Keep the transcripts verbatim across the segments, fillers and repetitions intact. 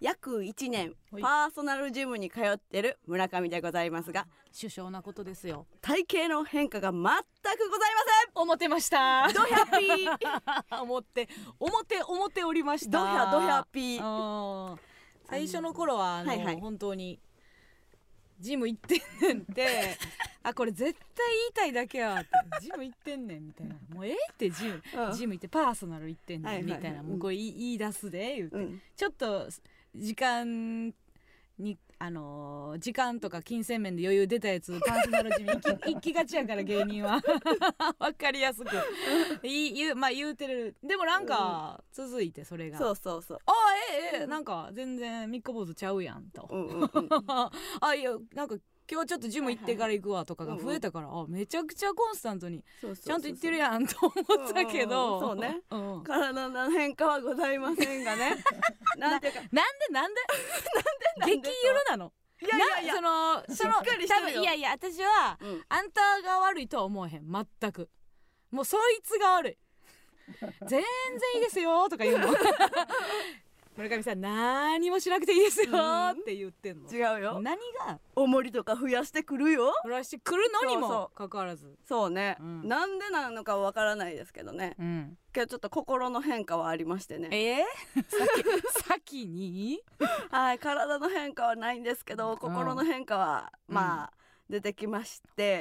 約いちねんはいパーソナルジムに通ってる村上でございますが、 首相なことですよ。 体型の変化が全くございま思ってましたせん。ドヒャピー思って思って思っておりましたドヒャドヒャピー。 ー最初の頃はあの、 はいはい本当にジム行ってんねんってあこれ絶対言いたいだけやってジム行ってんねんみたいなもうええってジム、 うんジム行ってパーソナル行ってんねん、 はいはいはいみたいなもうこれ言い言い出すで言うて、 うんちょっと時間にあのー時間とか金銭面で余裕出たやつパーソナルジム行き行きがちやから芸人はわかりやすく言い言うまあ言うてる。でもなんか続いてそれがそうそうそう。 あええええなんか全然三日坊主ちゃうやんと、 うんうんうんあいやなんか今日ちょっとジム行ってから行くわとかが増えたから、あめちゃくちゃコンスタントにそうそうそうそうちゃんと行ってるやんと思ったけど、 うんうんうんそうねうん体の変化はございませんがねなんていうかなんでなんでなんで激ゆるなのいやいやいやなそのそのしっかりしてるよ多分いやいや私は、 うんあんたが悪いとは思わへん全くもうそいつが悪い全然いいですよとか言うの村上さん何もしなくていいですよって言ってんの、 違うよ。 何が重りとか増やしてくるよ。 フラッシュ来るのにもそうそかかわらずそうね、 うんなんでなのかわからないですけどね、 うんけどちょっと心の変化はありましてね。 えー、先先にはい、体の変化はないんですけど、心の変化は、 うんまあ出てきまして、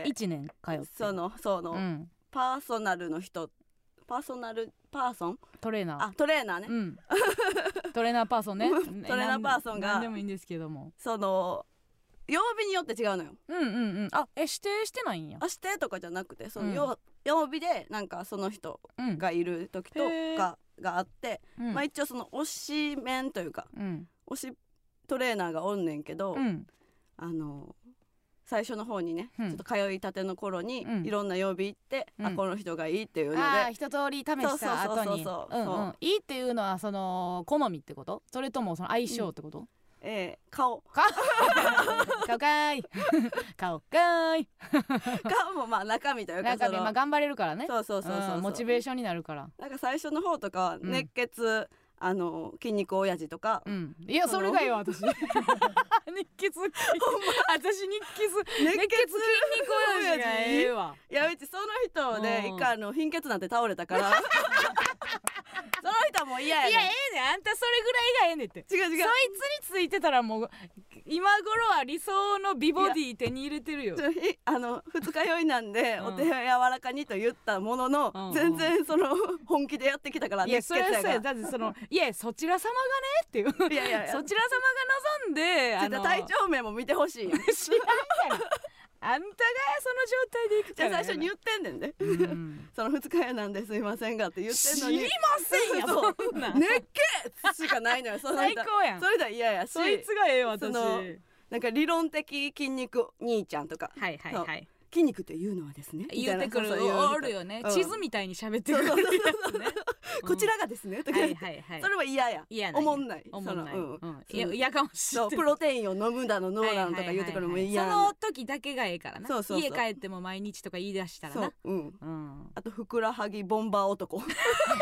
いちねん通ってそのその、 うん、 パーソナルの人、パーソナルパーソントレーナーあトレーナーね、 うん、トレーナーパーソンねトレーナーパーソンが何でもいいんですけどもその曜日によって違うのよ。 うんうんうんあえ指定してないんや明日とかじゃなくてその、 うん曜曜日でなんかその人うんがいる時とへーかがあって、 うんまあ一応その推しメンというかうん推しトレーナーがおんねんけど、 うんあの最初の方にね、 うんちょっと通いたての頃に、 うんいろんな曜日行って、 うんあこの人がいいっていうので、 ああ一通り試した後にそうそうそうそううんうんいいっていうのはその好みってことそれともその相性ってこと、 えー顔か顔かーい顔かーい顔もまあ中身というか中その身まあ頑張れるからねそうそうそうそうそう、 んモチベーションになるからなんか最初の方とかはうん熱血、あの筋肉親父とか、 うんいやそれがよ私日血私日血熱血熱血筋肉親父がええわいやうちその人でうん一回あの貧血なんて倒れたからその人はもう嫌やねんいやええねんあんたそれぐらいがええねんって違う違うそいつについてたらもう今頃は理想の美ボディ手に入れてるよちょひあの二日酔いなんで、 うんお手柔らかにと言ったものの、 うんうん全然その本気でやってきたからいや熱血やがそれはそうやだってそのいやそちら様がねっていういやいやいやそちら様が望んでちょっと体調面も見てほしいよ知らんからあんたがその状態でいくじゃからあ最初に言ってんねんで、 うんその二日酔いなんですいませんがって言ってんのに知りませんやそうそんなん熱血しかないのよその人最高やんそれでは嫌やしそいつがええわ私そのなんか理論的筋肉兄ちゃんとかはいはいはい筋肉というのはですね言ってくるみたいなそうそうおるよね、 うん地図みたいに喋ってくるやつねこちらがですねとかは言って、 いはいはいそれは嫌や嫌なんやおもんないおもんない、 そのうんうんいややかもしれないそうプロテインを飲むだのノーだのとか言ってくるのも嫌そなの時だけがええからなそうそうそう家帰っても毎日とか言い出したらなそう、うん、 うんあとふくらはぎボンバー男ふくら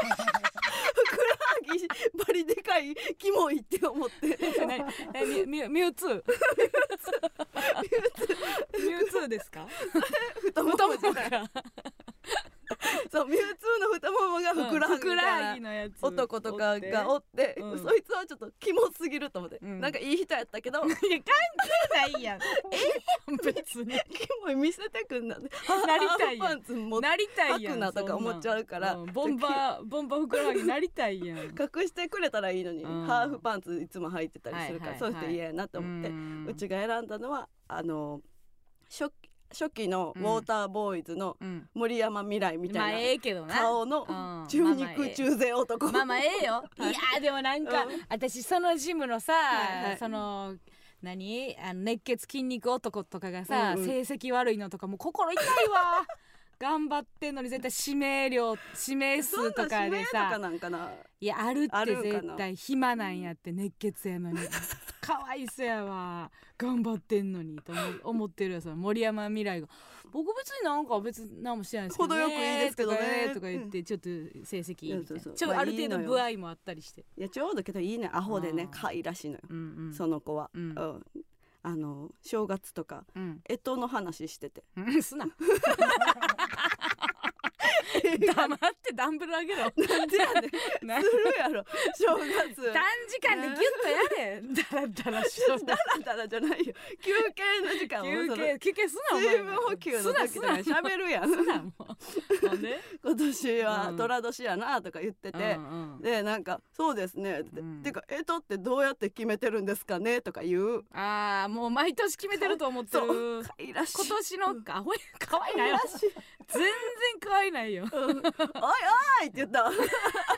はぎバリでかいキモいって思って何何ミュミュウツーミュウツーですか太ももじゃないかそうミュウツーの太ももがふくらはぎふくらはみたいなぎのやつ男とかがおって、 うんそいつはちょっとキモすぎると思って、 うんなんかいい人やったけどいや関係ないやんええやん別にキモい見せてくんなねなりたいやんハーフパンツもなりたいやん履くなとか思っちゃうからそんなんんボンバーボンバーふくらはぎなりたいやん隠してくれたらいいのに、 うんハーフパンツいつも履いてたりするから、 はいはいはいそうして嫌やなと思って、 ううんちが選んだのはあの初期初期のウォーターボーイズのうん森山未来みまあたいええけどなな顔のうん中まあまあええ肉中背男、 まあまあええよ、 はいいやーでもなんか、 うん私そのジムのさ、 はいはいその何あの熱血筋肉男とかがさ、 うんうん成績悪いのとかもう心痛いわ頑張ってんのに絶対指名料指名そんな数とかで指名とかさなんかないやあるってあるんかな絶対暇なんやって熱血やのにかわいそうやわ頑張ってんのにと思思ってるよその森山未来が僕別になんか別に何もしてないですけどね程よくいいですけどねとかねとか言ってちょっと成績いいみたいな、 そうそうそうちょっとある程度まあいいのよ部合もあったりして、 いやちょうどけどいいねアホでねうん可愛らしいのよ、 うんうん、 その子は、 うんうんあの正月とかうん干支の話しててうんすな黙ってダンブルあげろなんでやねんなするやろ正月短時間でギュッとやれだらだらしようだらだらじゃないよ休憩の時間休もその憩休憩すなお前水分補給の時とか喋るやんすなもうほんで今年はうん寅年やなとか言ってて、 うんうんでなんかそうですねって、 うんてか干支ってどうやって決めてるんですかねとか言うあーもう毎年決めてると思ってるそう可愛らしい今年のアホや可愛いないよ可愛らしい全然可愛いないようんおいおいって言ったわなんか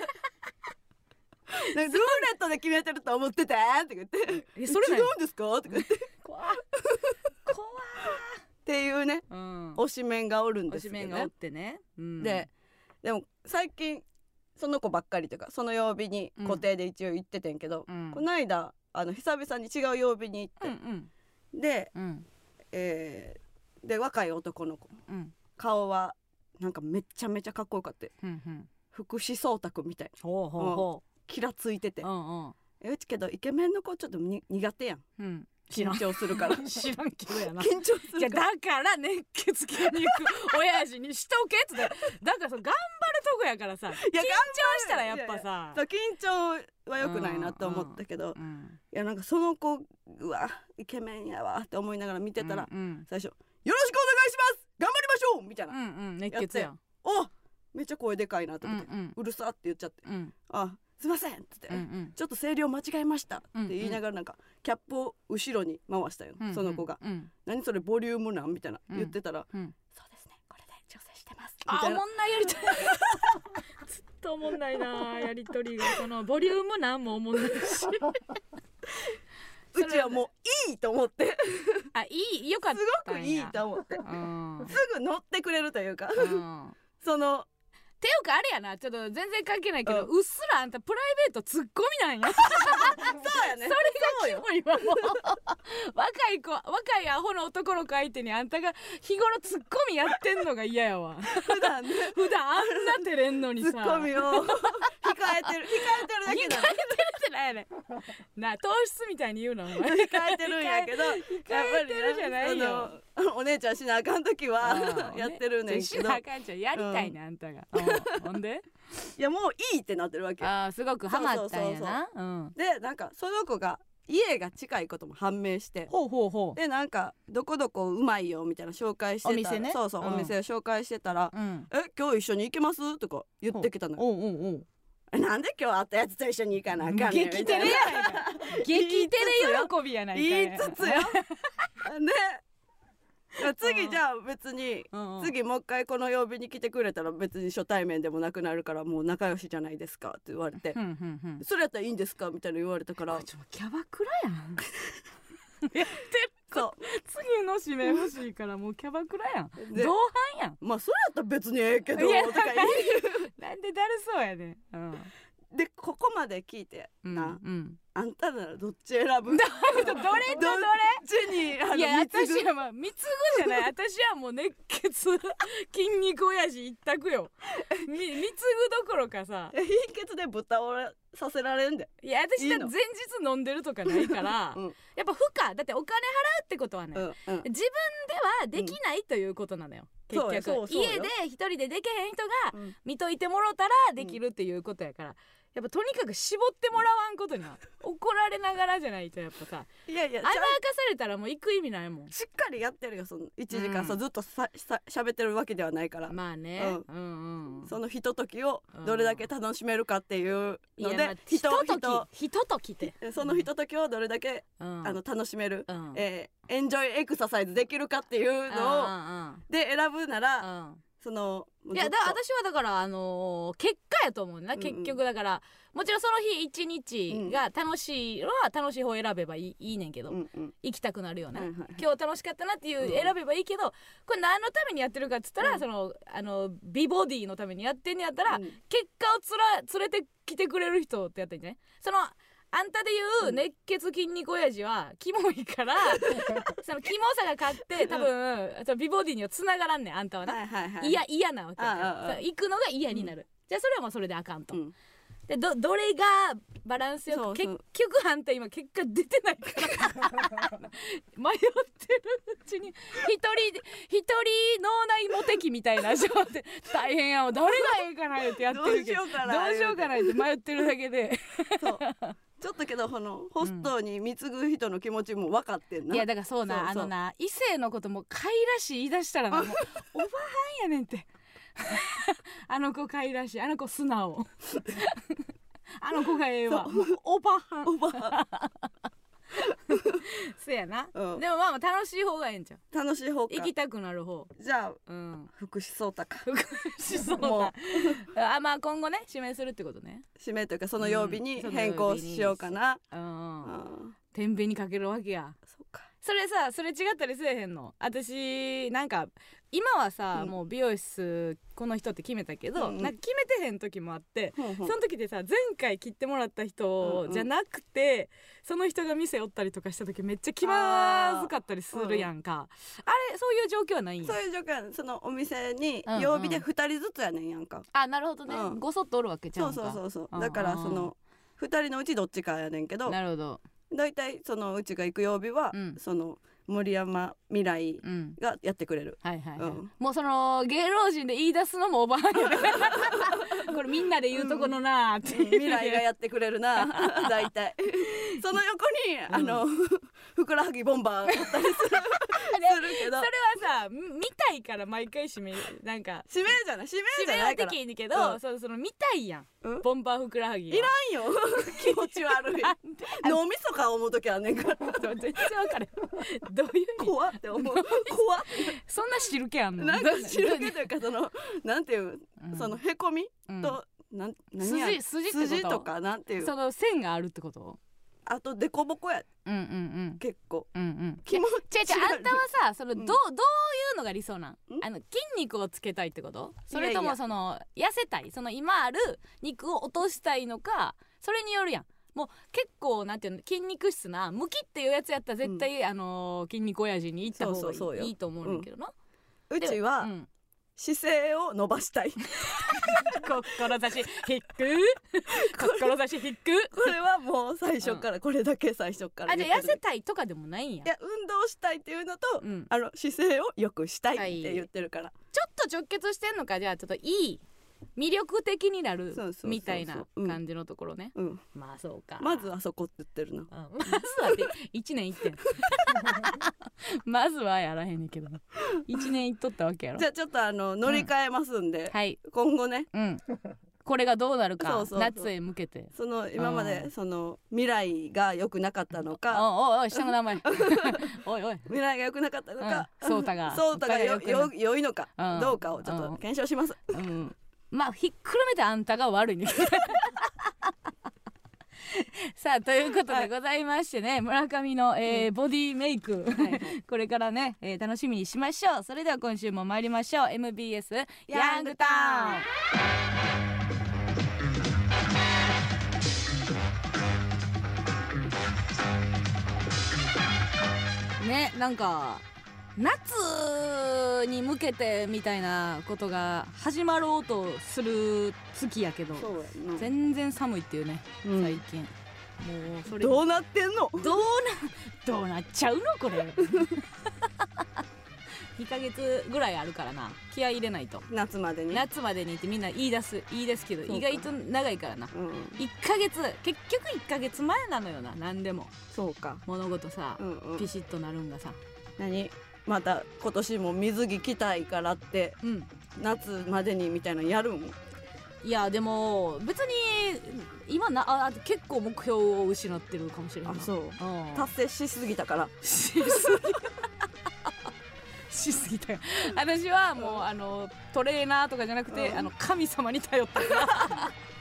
ルーレットで決めてると思っててって言ってえそれなん違うんですかとか言ってっ怖怖ていうねうん推しメンがおるん推ですけどねしメンがおってね、うん、 ででも最近その子ばっかりというかその曜日に固定で一応行っててんけど、 うんこの間あの久々に違う曜日に行って、 うんで、 うんえーで若い男の子うん顔はなんかめちゃめちゃかっこよかったうんうん福士蒼汰君みたいほうほうほキラついててううんうんえうちけどイケメンの子ちょっとに苦手やんうん知ら緊ん張するから知らんけどやな緊張すじゃるからだから熱血筋肉親父にしとけっつってだからさ頑張るとこやからさ緊張したらやっぱさそう緊張は良くないなと思ったけど、 うんいやなんかその子うわイケメンやわって思いながら見てたら、 うんうん最初よろしくお願いします頑張りましょうみたいな、 うんうん熱血やんおめっちゃ声でかいなと思って、 うんうんうるさって言っちゃって、 うんあすいませんっつって、 うんうんちょっと声量間違えましたって言いながらなんかキャップを後ろに回したよ、 うんその子が、 うん何それボリュームなんみたいなうん言ってたら、 うんそうですねこれで調整してますみたいなあおもんないやりとりずっとおもんないなやりとりがそのボリュームなんもおもんないしうちはもういいと思ってあいいよかったんすやごくいいと思ってうんすぐ乗ってくれるというかうんそのていうかあれやなちょっと全然関係ないけど、 ううっすらあんたプライベートツッコミなんやそうやねそれがキモいわもう若い子若いアホの男の子相手にあんたが日頃ツッコミやってんのが嫌やわ普段ね普段あんな照れんのにツさッコミを控えてる控えてるだけなの控えてるってなんやねんな糖質みたいに言うのお前控えてるんやけどやっぱり控えてるじゃないよあのお姉ちゃんしなあかん時はあーやってるねんしけどなあかんちゃんやりたいね、あんたがうんほんでいやもういいってなってるわけよあーすごくハマったんやなうんでなんかその子が家が近いことも判明してほうほうほでなんかどこどこうまいよみたいな紹介してたお店ねそうそう、 うんお店を紹介してたらううんえ今日一緒に行けますとか言ってきたのよおうおうおうえなんで今日会ったやつと一緒に行かなあかんねんみたいな激テレやないか激テレ喜びやないか言いつつよね次じゃあ別にうんうん次もう一回この曜日に来てくれたら別に初対面でもなくなるからもう仲良しじゃないですかって言われてうんうんうんそれやったらいいんですかみたいな言われたからちょキャバクラやんやってるそ次の指名欲しいからもうキャバクラやんうで同伴やんまあそれやったら別にええけどいやとか言いなんでだるそうやねんうんでここまで聞いてうんなうんあんたならどっち選ぶどれとどれどっちにあのいや貢ぐ私はまあ貢ぐじゃない私はもう熱血筋肉親父一択よみ貢ぐどころかさ貧血で豚をさせられんで、 いや私いいのだ前日飲んでるとかないからうんやっぱ負荷だってお金払うってことはね、 うんうん、 自分ではできないということなのよ、結そうや局そうそうよ家で一人でできへん人がうん見といてもろたらできるっていうことやから、やっぱとにかく絞ってもらわんことには怒られながらじゃないとやっぱさいやいや甘やかされたらもう行く意味ないもん。 しっかりやってるよそのいちじかん、 うんそうずっとささ喋ってるわけではないから、 まあね、 ううんうんうん、 そのひとときをどれだけ楽しめるかっていうので、 いやまあひととき人ひとときって、 そのひとときをどれだけ、 うん、 あの楽しめる、 うんえーエンジョイエクササイズできるかっていうのをで選ぶなら、 うんうんうんそのいやだ私はだからあのー結果やと思うな、 うんうん結局だからもちろんその日一日が楽しいのは楽しい方選べばいい、いいねんけど、 うんうん行きたくなるよね、 はいはいはい今日楽しかったなっていううん選べばいいけど、これ何のためにやってるかっつったら、 うんそのあの美ボディのためにやってんやったら、 うん結果をつら連れてきてくれる人ってやってんじゃないそのあんたで言う熱血筋肉親父はキモいからそのキモさが勝って多分その美ボディには繋がらんねんあんたはな、 はいはいはい、 嫌嫌なわけやかああああら行くのが嫌になる、うん、じゃあそれはもうそれであかんと、 うんで ど, どれがバランスよくそうそう結局あんた今結果出てないから迷ってるうちに一人一人脳内モテ期みたいな状態大変やわ誰がええかなってやってるけどどうしようかなどうしようかなって迷ってるだけでそうちょっとけどこのホストに貢ぐ人の気持ちも分かってんな、 いやだからそうなそうそうあのな異性のことも可愛らしい言い出したらなもうおばはんやねんってあの子可愛らしいあの子素直あの子がええわもうおばはんおばはそうやな、 うんでもまあまあ楽しい方がええんちゃう楽しい方か行きたくなる方じゃあうん福士蒼太か福士蒼も太あまあ今後ね指名するってことね指名というかその曜日にうん変更しようかな、 うんうん天秤にかけるわけやそうかそれさそれ違ったりせえへんの私なんか今はさ、 うんもう美容室この人って決めたけど、 うんうんなんか決めてへん時もあって、 ほんほんその時でさ前回切ってもらった人じゃなくて、その人が店おったりとかした時めっちゃ気まずかったりするやんか あ,、れそういう状況はないんやそういう状況やねそのお店にうんうん曜日でふたりずつやねんやんか、 あなるほどね、 うんごそっとおるわけちゃそううんかそうそうそううんだからそのふたりのうちどっちかやねんけどなるほどだいたいそのうちが行く曜日は、 うんその森山未来うんがやってくれる、 はいはいはい、 うんもうその芸能人で言い出すのもおばはんやねこれみんなで言うとこのなーっていう、 未来がやってくれるなだいたいその横に、あのふくらはぎボンバーおったりするするけどそれはさ見たいから毎回指名なんか指名じゃない指名指名はいでじゃなからきんねんけど、 うんそのその見たいやん、 うんボンバーふくらはぎはいらんよ気持ち悪い脳みそか思う時あんねんから全然分かれんどういう意味怖って思う怖っそんな汁気あんのなんか汁気というかそのなんていう、 うんそのへこみうんと、なん何や筋筋ってこと筋とかなんていうその線があるってことあとデコボコやうんうんうん結構うんうん気持ち違う違うあんたはさそのど,、 うんどうどういうのが理想なんあの筋肉をつけたいってことそれといやいやもその痩せたいその今ある肉を落としたいのかそれによるやんもう結構なんていうの筋肉質なムキっていうやつやったら絶対、うん、あのー、筋肉親父に行った方がいい、 そうそうそうよいいと思うんだけどな、 うちは、 うん、 姿勢を伸ばしたい志引く志引くこれはもう最初から、うん、これだけ最初からあじゃあ痩せたいとかでもないんやいや運動したいっていうのと、うん、あの姿勢を良くしたいって言ってるから、はい、 ちょっと直結してんのかじゃあちょっといい魅力的になるみたいな感じのところね、 うん、 まあそうかまずあそこって言ってるな、うん、 まずはっていちねんいってんまずはやらへんねんけどいちねんいっとったわけやろじゃあちょっとあの乗り換えますんで、 うん、はい今後ね、 うん、これがどうなるかそうそうそう夏へ向けてその今までその未来が良くなかったのかおいおい下の名前おいおい未来が良くなかったのかそうたがそうたがよよ良いのかどうかをちょっと検証します、 うんうんまあひっくるめてあんたが悪いねさあということでございましてね、はい、村上の、えー、ボディメイク、はいはい、これからね、えー、楽しみにしましょう。それでは今週も参りましょう。 エムビーエス ヤングタウンね、なんか夏に向けてみたいなことが始まろうとする月やけど全然寒いっていうね、うん、最近もうそれどうなってんのどうなどうなっちゃうのこれにかげつぐらいあるからな気合い入れないと夏までに夏までにってみんな言い出す言い出すけど意外と長いからな、 うん、 いっかげつ結局いっかげつまえなのよな何でもそうか物事さ、 うんうん、 ピシッとなるんがさ何また今年も水着着たいからって、うん、夏までにみたいなのやるんいやでも別に今なあ結構目標を失ってるかもしれない。 あそう、うん、達成しすぎたからしすぎしすぎたよ私はもうあのトレーナーとかじゃなくて、うん、あの神様に頼ったから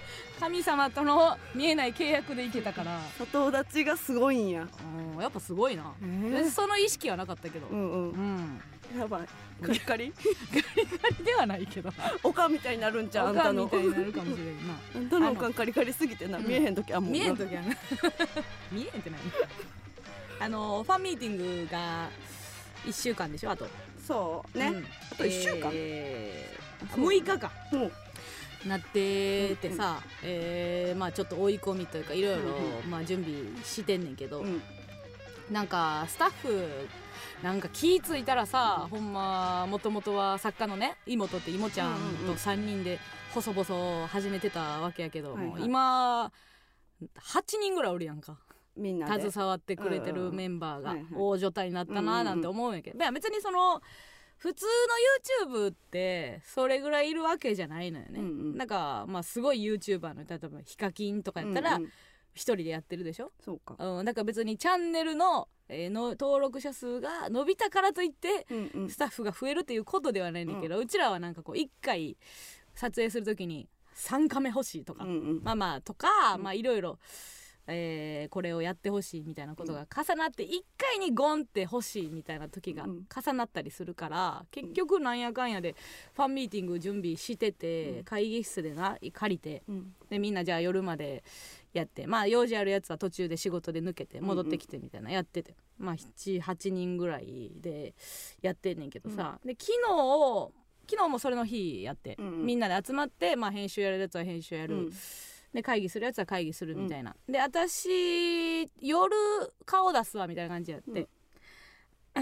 神様との見えない契約でいけたから、 里立ちがすごいんや。 うん、やっぱすごいな、 えー、 その意識はなかったけど、 うんうん、 うん、 やばい、カリカリガリガリではないけどおかんみたいになるんちゃう、あんたのおかんみたいになるかもしれんなあんたのおかんカリカリすぎてな、見えへん時はもう見えへん時はな見えへんって何あのファンミーティングがいっしゅうかんでしょ、あとそうね、うん、あといっしゅうかん、 えー、むいかかん、うんなっててさ、うんえーまあ、ちょっと追い込みというかいろいろまあ準備してんねんけど、うん、なんかスタッフなんか気ぃついたらさ、うん、ほんまもともとは作家のね妹って妹ちゃんとさんにんで細々始めてたわけやけど、はいはい、今はちにんぐらいおるやんか、みんなで携わってくれてるメンバーが大所帯になったななんて思うんやけど、別にその普通の YouTube ってそれぐらいいるわけじゃないのよね、うんうん、なんかまあすごい YouTuber の例えばヒカキンとかやったら一人でやってるでしょ、そうか、うん、だから別にチャンネル の,、えー、の登録者数が伸びたからといってスタッフが増えるっていうことではないんだけど、うん、うちらはなんかこういっかい撮影するときにさんカメ欲しいとか、うんうん、まあまあとか、うん、まあいろいろえー、これをやってほしいみたいなことが重なっていっかいにゴンって欲しいみたいな時が重なったりするから、結局なんやかんやでファンミーティング準備してて、会議室でな借りて、でみんなじゃあ夜までやって、まあ用事あるやつは途中で仕事で抜けて戻ってきてみたいなやってて、まあななはちにんぐらいでやってんねんけどさ、で昨日昨日もそれの日やって、みんなで集まって、まあ、編集やるやつは編集やる、で会議するやつは会議するみたいな、うん、で私夜顔出すわみたいな感じやって、うん、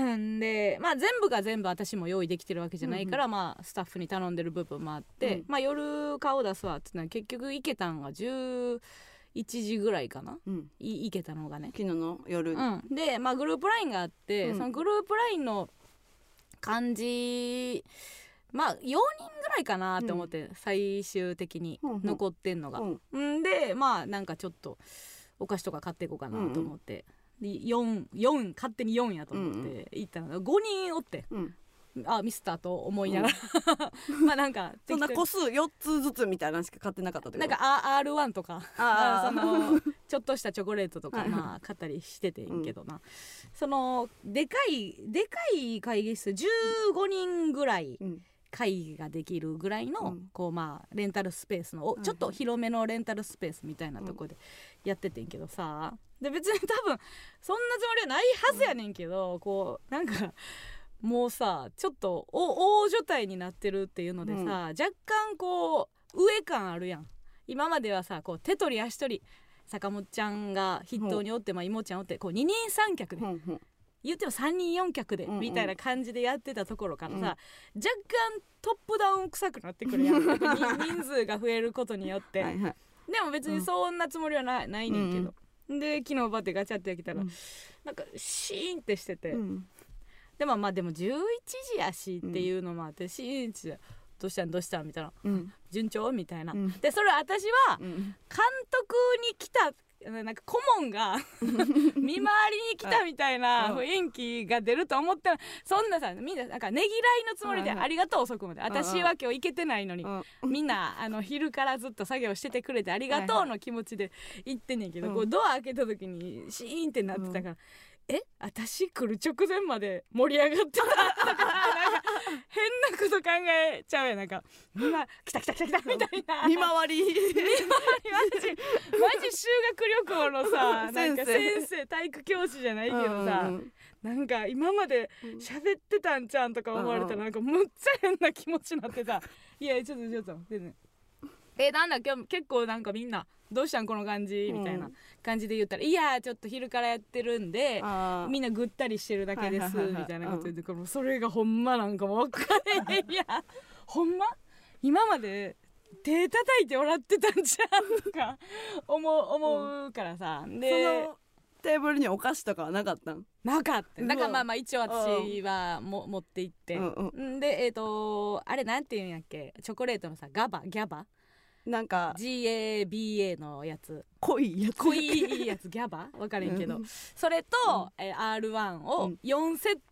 でまあ全部が全部私も用意できてるわけじゃないから、うんうん、まあスタッフに頼んでる部分もあって、うん、まあ夜顔出すわってのは結局行けたんがじゅういちじぐらいかな、うん、い行けたのがね昨日の夜、 うん、でまあグループラインがあって、うん、そのグループラインの感じまあよにんぐらいかなって思って、うん、最終的に残ってんのが、うん、んでまあなんかちょっとお菓子とか買っていこうかなと思って、うん、で 4, 4勝手によんやと思って行ったのがごにんおって、うん、あミスターと思いながら、うん、まあなんかそんな個数よっつずつみたいなのしか買ってなかったってこと？ なんか アールワン とかあそのちょっとしたチョコレートとかまあ買ったりしててんけどな、うん、そのでかいでかい会議室じゅうごにんぐらい、うん会議ができるぐらいの、うん、こうまあレンタルスペースの、うん、ちょっと広めのレンタルスペースみたいなとこでやっててんけどさ、で別に多分そんなつもりはないはずやねんけど、うん、こうなんかもうさちょっと大所帯になってるっていうのでさ、うん、若干こう上感あるやん。今まではさこう手取り足取り坂本ちゃんが筆頭におって、うん、まあ妹ちゃんおってこう二人三脚で、うんうん言ってもさんにんよん脚でみたいな感じでやってたところからさ、うんうん、若干トップダウン臭くなってくるやん人数が増えることによってはい、はい、でも別にそんなつもりは な, ないねんけど、うんうん、で昨日バッてガチャって来たら、うん、なんかシーンってしてて、うん、でもまあでもじゅういちじやしっていうのもあって、うん、シーンってどうしたんどうしたんみたいな、うん、順調みたいな、うん、でそれ私は監督に来たなんか顧問が見回りに来たみたいな雰囲気が出ると思ったら、そんなさみんななんかねぎらいのつもりでありがとう遅くまで私は今日行けてないのにみんなあの昼からずっと作業しててくれてありがとうの気持ちで行ってんねんけど、こうドア開けた時にシーンってなってたから、え私来る直前まで盛り上がってたなんか変なこと考えちゃうやん。なんか今来た来た来た来たみたいな見回り見回りマジマジ修学旅行のさなんか先生体育教師じゃないけどさ、うん、なんか今まで喋ってたんちゃんとか思われたらなんかむっちゃ変な気持ちになってさいやちょっとちょっとでねえなんだ今日結構なんかみんなどうしたんこの感じみたいな感じで言ったら、うん、いやちょっと昼からやってるんでみんなぐったりしてるだけですみたいなこと言ってから、それがほんまなんかもう分かれへんやほんま今まで手叩いてもらってたんじゃんとか思う、思うからさ、うん、でそのテーブルにお菓子とかはなかったん？ なかっただからまあまあ一応私はも持って行って、うんうん、でえっ、ー、とあれなんていうんやっけチョコレートのさガバギャバなんかジーエービーエー のやつ濃いやつ濃いやつギャバ分かれんけど、うん、それと、うんえー、アールワン をよんセット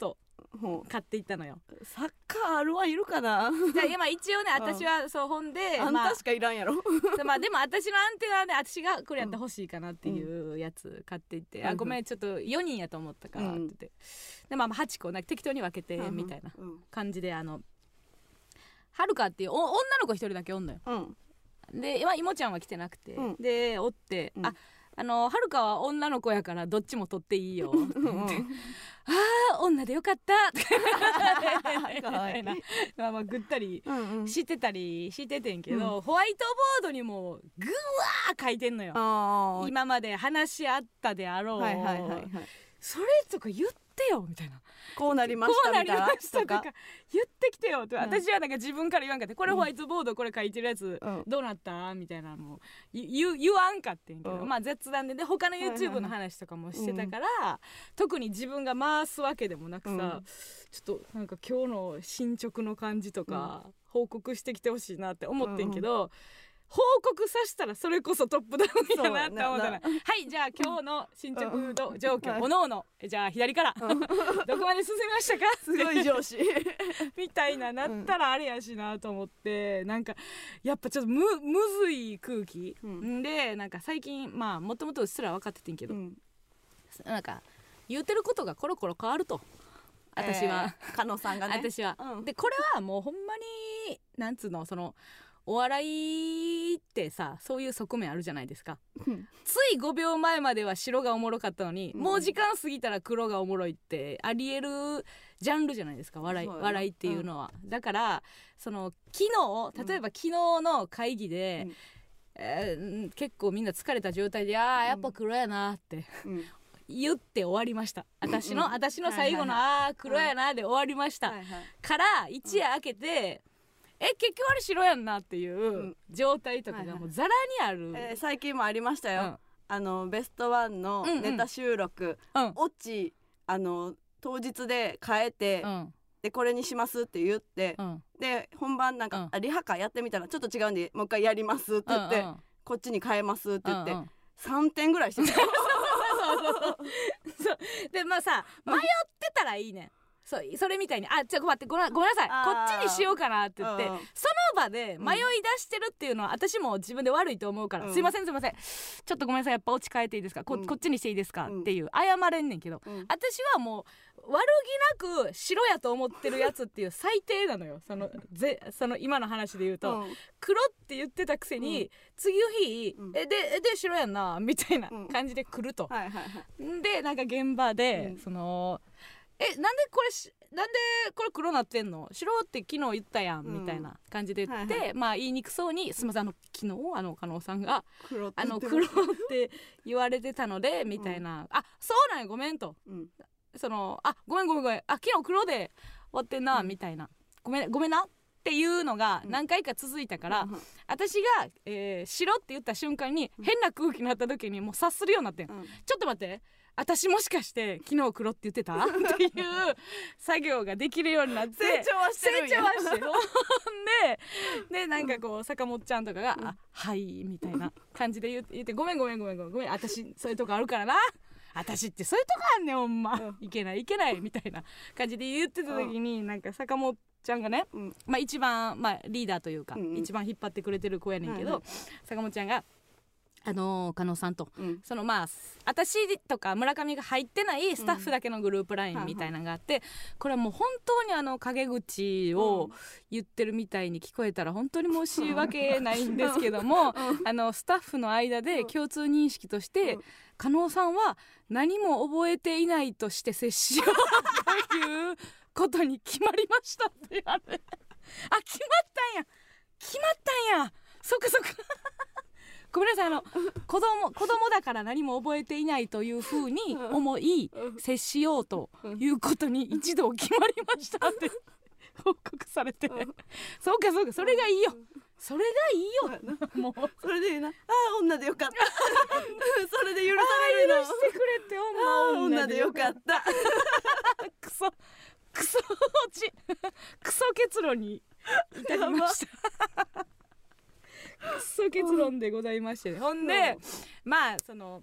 ほう買っていったのよ。 サッカーあるはいるかな。 じゃあいやまあ一応ね私はそう本でまああんたしかいらんやろ。 まあでも私のアンテナで私がこれやったら欲しいかなっていうやつ買っていって、 うんあごめんちょっとよにんやと思ったからって言って、でまあはちこなんか適当に分けてみたいな感じで、あのはるかっていうお女の子一人だけおんのよ。 うんで今いもちゃんは来てなくて、 うんでおって、 うんああのはるかは女の子やからどっちも取っていいよって言ってあー女でよかったみたいなまあまあぐったりうんうんしてたりしててんけど、 うんホワイトボードにもぐわー書いてんのよ。 あー今まで話し合ったであろう、 はいはいはいはいそれとか言ってよみたいな、 こうなりまこしたうなりまみたいなしたとか言ってきてよって、 うん私はなんか自分から言わんかって、これホワイトボードこれ書いてるやつうんどうなったみたいなのを言言わんかってんけど、 うんまあ雑談でで他の YouTube の話とかもしてたから、特に自分が回すわけでもなくさ、 うんちょっとなんか今日の進捗の感じとか報告してきてほしいなって思ってんけど、報告させたらそれこそトップダウンやなって思ったら、はいじゃあ今日の進捗ど状況おのおのじゃあ左からどこまで進みましたかすごい上司みたいななったらあれやしなと思って、なんかやっぱちょっとむむずい空気、 うんんでなんか最近まあもともとうっすら分かっててんけど、 うんなんか言うてることがコロコロ変わると私は、 えー加納さんがね私は、 うんでこれはもうほんまになんつうのそのお笑いってさそういう側面あるじゃないですか。 うんついごびょうまえまでは白がおもろかったのに、 うんもう時間過ぎたら黒がおもろいってありえるジャンルじゃないですか笑い、 そうやな笑いっていうのは、だからその昨日例えば昨日の会議で、 うんえー結構みんな疲れた状態であーやっぱ黒やなってうん言って終わりました。私の、 うん私の最後の、 はいはいあー黒やなで終わりました、 はいはいから一夜明けて、え結局あれ白やんなっていう状態とかがもうザラにある、 えー最近もありましたよ、 うんあのベストワンのネタ収録、 うんオチあの当日で変えて、 うんでこれにしますって言って、 うんで本番なんか、 うんあリハかやってみたらちょっと違うんでもう一回やりますって言って、 うんうんこっちに変えますって言って、 うんうんさんてんぐらいしてたよそうでまあさ迷ってたらいいねん、そうそれみたいにあちょっと待ってごめんごめんなさいこあーっちにしようかなって言って、 うんうんその場で迷い出してるっていうのは私も自分で悪いと思うから、 うんすいませんすいませんちょっとごめんなさいやっぱ落ち変えていいですか、こうんこっちにしていいですか、 うんっていう謝れんねんけど、 うん私はもう悪気なく白やと思ってるやつっていう最低なのよそのぜその今の話で言うと、 うん黒って言ってたくせに、 うん次の日、 うんえでえで白やんなみたいな感じで来ると、 はいはいはいでなんか現場で、 うんそのえなんでこれしなんでこれ黒なってんの白って昨日言ったやん、 うんみたいな感じで言って、 はいはいまあ言いにくそうにすみませんあの昨日あの加納さんが黒ってあ言ってるの黒って言われてたのでみたいな、あそうなんやごめんとうんそのあごめんごめんごめんあ昨日黒で終わってんな、 うんみたいなごめんごめんなっていうのが何回か続いたから、 うん私が、えー白って言った瞬間に変な空気になった時にもう察するようになってん、 うんちょっと待って私もしかして昨日黒って言ってたっていう作業ができるようになって成長はしてるんや成長はしてるほんででなんかこう坂本ちゃんとかが「あはい」みたいな感じで言って言って「ごめんごめんごめんごめんごめん私そういうとこあるからな私ってそういうとこあんねんほんま、 うんいけないいけない」みたいな感じで言ってた時になんか坂本ちゃんがね、 うんまあ、一番、まあ、リーダーというか、 うんうん一番引っ張ってくれてる子やねんけど、 はいはい坂本ちゃんがあのー、加納さんと、 うんそのまあ私とか村上が入ってないスタッフだけのグループラインみたいなのがあって、これはもう本当にあの陰口を言ってるみたいに聞こえたら本当に申し訳ないんですけども、あのスタッフの間で共通認識として、 うん加納さんは何も覚えていないとして接しようということに決まりましたって言われあ決まったんや決まったんやそっかそっかごめんなさいあの子供子供だから何も覚えていないというふうに思い接しようということに一度決まりましたって報告されてそうかそうかそれがいいよそれがいいよもうそれでいいなあー女でよかったそれで許されるの許してくれってほんまあー女でよかったクソクソ落ちクソ結論に至りましたクソ結論でございまして、ね、ほんでまあその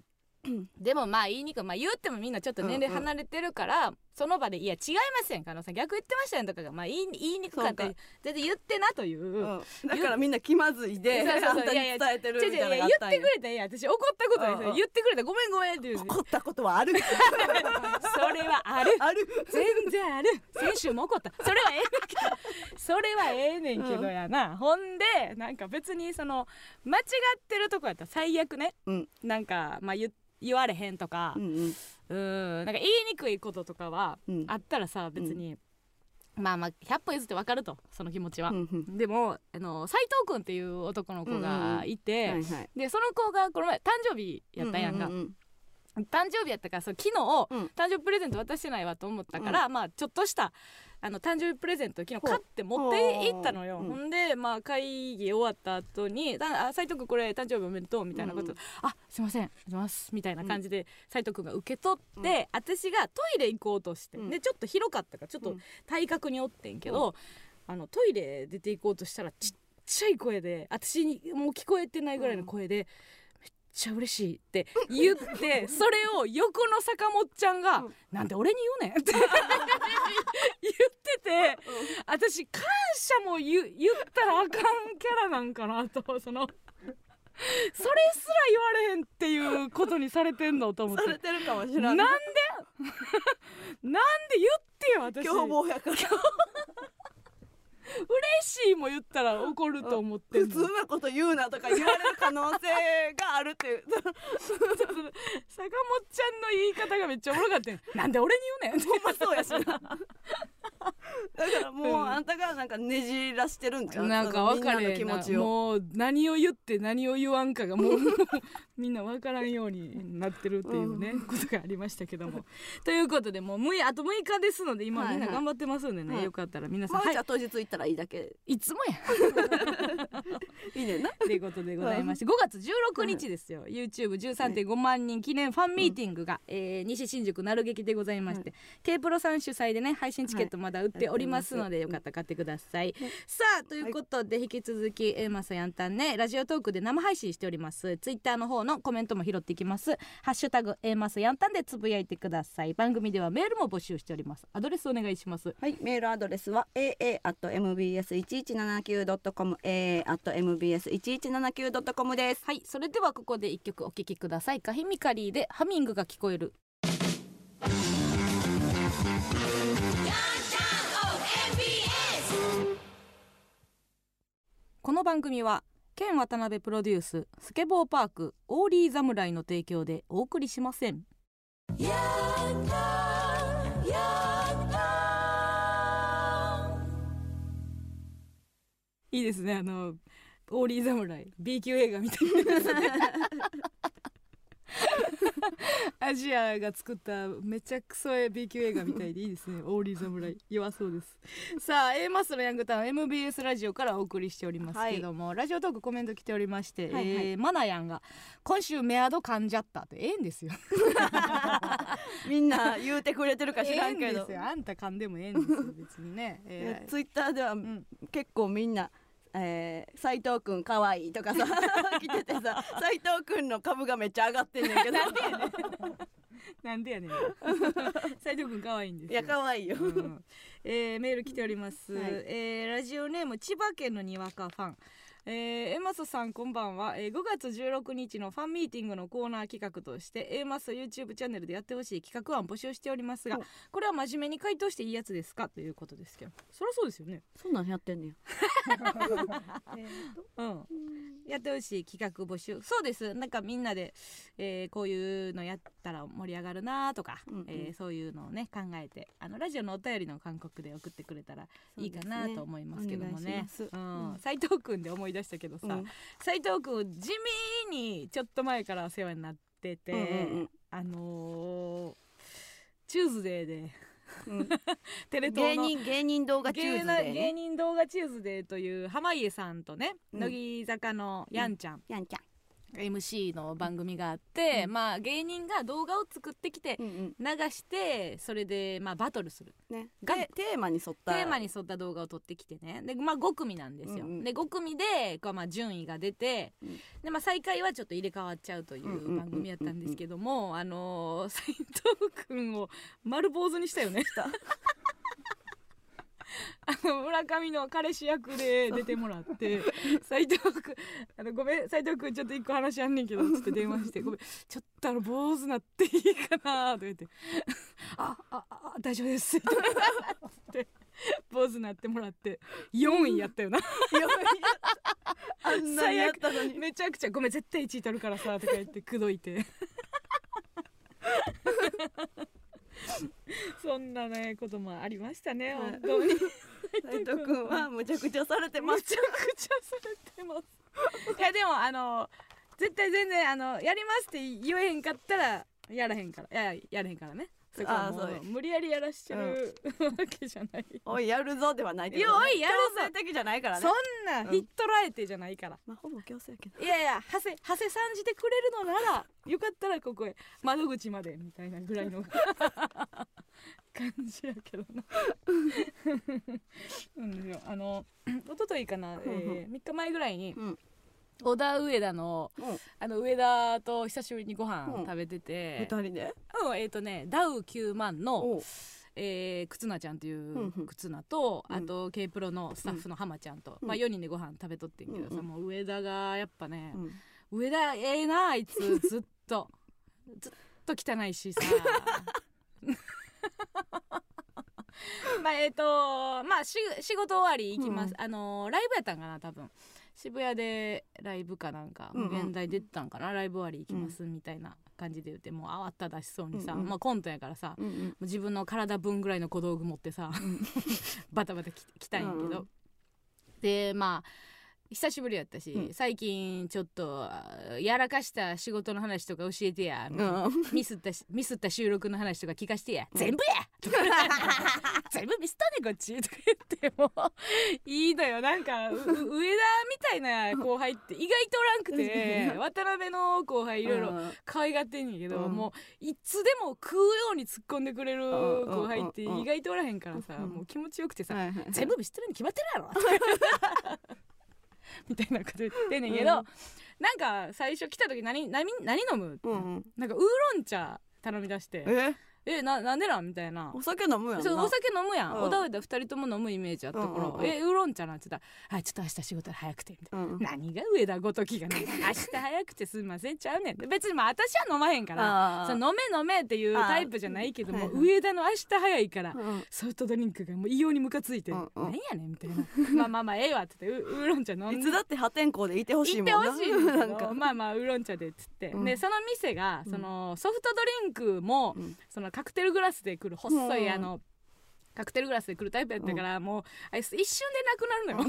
でもまあ言いにくい、まあ、言ってもみんなちょっと年齢離れてるから、うんうん、その場でいや違いますやん、加納さん逆言ってましたやんとかが、まあ、言い, 言いにくかったり全然言ってなという、うん、 だからみんな気まずいでそうそうそうあんたに伝えてるみたいなのがあったんや。 言ってくれたらいや私怒ったことないですよ、言ってくれたらごめんごめんっていう、 怒ったことはあるそれはあるある全然ある、先週も怒った、それはええねんけどそれはええねんけどやな、うん、ほんでなんか別にその間違ってるとこやったら最悪ね、うん、なんかまあ言って言われへんとか、うん、うん、なんか言いにくいこととかはあったらさ、別に、うん、まあまあひゃっぽ譲って分かるとその気持ちは、うんうん、でもあの斉藤くんっていう男の子がいて、うんうんはいはい、でその子がこの前誕生日やったやんか、うんうんうん、誕生日やったからそう昨日、うん、誕生日プレゼント渡してないわと思ったから、うん、まあちょっとしたあの誕生日プレゼント昨日買って持って行ったのよ、うん、ほんでまあ会議終わった後にあ斉藤君これ誕生日おめでとうみたいなこと、うん、あすいませんありがとうございますみたいな感じで斉藤君が受け取って、うん、私がトイレ行こうとして、うん、でちょっと広かったからちょっと体格におってんけど、うん、あのトイレ出て行こうとしたらちっちゃい声で私にもう聞こえてないぐらいの声で、うんめっちゃ嬉しいって言ってそれを横の坂本ちゃんが、うん、なんで俺に言うねんって言ってて、うん、私感謝も 言, 言ったらあかんキャラなんかなとそのそれすら言われへんっていうことにされてんのと思ってされてるかもしれない。 なんでなんで言ってよ私凶暴やから嬉しいも言ったら怒ると思ってんの。 普通なこと言うなとか言われる可能性があるっていう坂本ちゃんの言い方がめっちゃおもろかったよなんで俺に言うねんほんまそうやしなだからもう、うん、あんたがなんかねじらしてるんちゃうなんか分かれへんなもう何を言って何を言わんかがもうみんな分からんようになってるっていうね、うん、ことがありましたけどもということでもうあとむいかですので今みんな頑張ってますんでね、はいはい、よかったら皆さん、 はい、じゃあ当日行ったらいいだけいつもやいいねんなということでございましてごがつじゅうろくにちですよ ユーチューブじゅうさんてんご 万人記念ファンミーティングが、うんえー、西新宿なる劇でございまして、うん、K プロさん主催でね配信チケットまだ売っておりますので、はい、よかったら買ってください、うん、さあということで、はい、引き続き A マスやんたんねラジオトークで生配信しておりますツイッターの方のコメントも拾っていきますハッシュタグ A マスやんたんでつぶやいてください。番組ではメールも募集しております。アドレスお願いします。 はい、メールアドレスは エーエー アット エムビーエス いちいちななきゅう ドット コム エーエー アット エムビーエス いちいちななきゅう ドット コム です。 はい、それではここで一曲お聴きください。カヒミカリーでハミングが聞こえる。この番組はケン渡辺プロデューススケボーパークオーリー侍の提供でお送りしません。やったやったいいですねあのオーリー侍 B 級映画みたいなアジアが作っためちゃくそえ B 級映画みたいでいいですねオーリー侍弱そうです。さあ A マスのヤングタウン エムビーエス ラジオからお送りしておりますけども、はい、ラジオトークコメント来ておりまして、はいはいえー、マナヤンが今週メアド噛んじゃったってええんですよみんな言うてくれてるか知らんけどええんですよあんた噛んでもええんですよ別にね、 えー、ツイッターでは、うん、結構みんなえー、斉藤くんかわいいとかさ来ててさ斉藤くんの株がめっちゃ上がってんねんけどなんでやねんなんでやねん斉藤くんかわいいんですよ。 いやかわいいよ、うんえー、メール来ております、はいえー、ラジオネーム千葉県のにわかファンえー、エマスさんこんばんは、えー、ごがつじゅうろくにちのファンミーティングのコーナー企画としてエマス YouTube チャンネルでやってほしい企画案募集しておりますがこれは真面目に回答していいやつですかということですけどそりゃそうですよねそんなんやってんねやうん、やってほしい企画募集そうですなんかみんなで、えー、こういうのやったら盛り上がるなとか、うんうんえー、そういうのをね考えてあのラジオのお便りの韓国で送ってくれたらいいかなと思いますけどもね斉、うん、藤くんで思い出したけどさ、うん、斉藤くん地味にちょっと前からお世話になってて、うんうんうん、あのー、チューズデーでうん、テレ東の芸人芸人動画チューズデー、ね、 芸人動画チューズデーという濱家さんとね、うん、乃木坂のやんちゃん、 やんちゃんエムシー の番組があって、 うん、 まあ芸人が動画を作ってきてうん流して、それでまあバトルする、 ね、 がテーマに沿ったテーマに沿った動画を撮ってきてね、でまあご組なんですよ、うんうん、でご組でこうまあ順位が出て、うん、でまあ最下位はちょっと入れ替わっちゃうという番組やったんですけども、あの斉藤くんを丸坊主にしたよねあの村上の彼氏役で出てもらって斉藤くんあのごめん斉藤くんちょっと一個話あんねんけどつって電話してごめんちょっとあの坊主なっていいかなとか言ってあああ大丈夫ですって坊主なってもらってよんいやったよなあんなにやったのにめちゃくちゃごめん絶対いちい取るからさとか言って口説いてそんなねこともありましたね、はい、本当に斉藤くんはむちゃくちゃされてます。 むちゃくちゃされてますいやでもあの絶対全然あのやりますって言えへんかったらやらへんからいややらへんからね。そこはもう無理やりやらしてる、うん、わけじゃない。 おいやるぞではないけど、ね、 いやおいやるぞ強制的じゃないからね。 そんなひっとられてじゃないから、 うん、まあほぼ強制やけど。 いやいや長谷長谷さんじてくれるのならよかったらここへ窓口までみたいなぐらいの感じやけどなうん、あの一昨日かな、えー、みっかまえぐらいに、うん小田上田の、うん、あの上田と久しぶりにご飯食べてて、 うん、ふたりで、 うん、えっ、ー、とねダウきゅうまんの、えー、忽那ちゃんという忽那と、うん、あと K プロのスタッフの浜ちゃんと、うん、まあよにんでご飯食べとってんけどさ、うん、もう上田がやっぱね、うん、上田ええなあいつずっとずっと汚いしさまあえっ、ー、とまあし仕事終わり行きます、うん、あのー、ライブやったんかな多分渋谷でライブかなんか、うんうん、現代出てたんかなライブ終わり行きますみたいな感じで言ってもう慌ただしそうにさ、うんうん、まあコントやからさ、うんうん、自分の体分ぐらいの小道具持ってさ、うん、バタバタ来たんやけど、うんうん、でまあ久しぶりやったし、うん、最近ちょっとやらかした仕事の話とか教えてや、うん、ミスったミスった収録の話とか聞かしてや、うん、全部や全部ミスったねこっちとか言ってもいいのよ。なんか上田みたいな後輩って意外とおらんくて渡辺の後輩いろいろ可愛がってんねんけど、うん、もういつでも食うように突っ込んでくれる後輩って意外とおらへんからさ、うん、もう気持ちよくてさ、うん、全部ミスってるに決まってるやろみたいなこと言ってんねんけど、うん、なんか最初来た時 何, 何, 何飲むって、うんうん、なんかウーロン茶頼み出してええな, なんでなんみたいな。 お酒飲むやんな。 そうお酒飲むやん、うん、小田上田ふたりとも飲むイメージあったから、うんうんうん、えウーロン茶なんて言ったらあちょっと明日仕事早くてみたいな、うん、何が上田ごときがね明日早くてすいませんちゃうねん別にまあ私は飲まへんからその飲め飲めっていうタイプじゃないけども、はいはい、上田の明日早いから、うん、ソフトドリンクがもう異様にムカついて、うんうん、なんやねんみたいなまあまあまあええわって言ってウーロン茶飲んでいつだって破天荒でいてほしいもんな。 いてほしいんだけどまあまあウーロン茶でっつって、うん、でその店がそのソフトドリンクも、うん、そのカクテルグラスで来る細い、うん、あのカクテルグラスで来るタイプやったから、うん、もうあいつ一瞬でなくなるのよ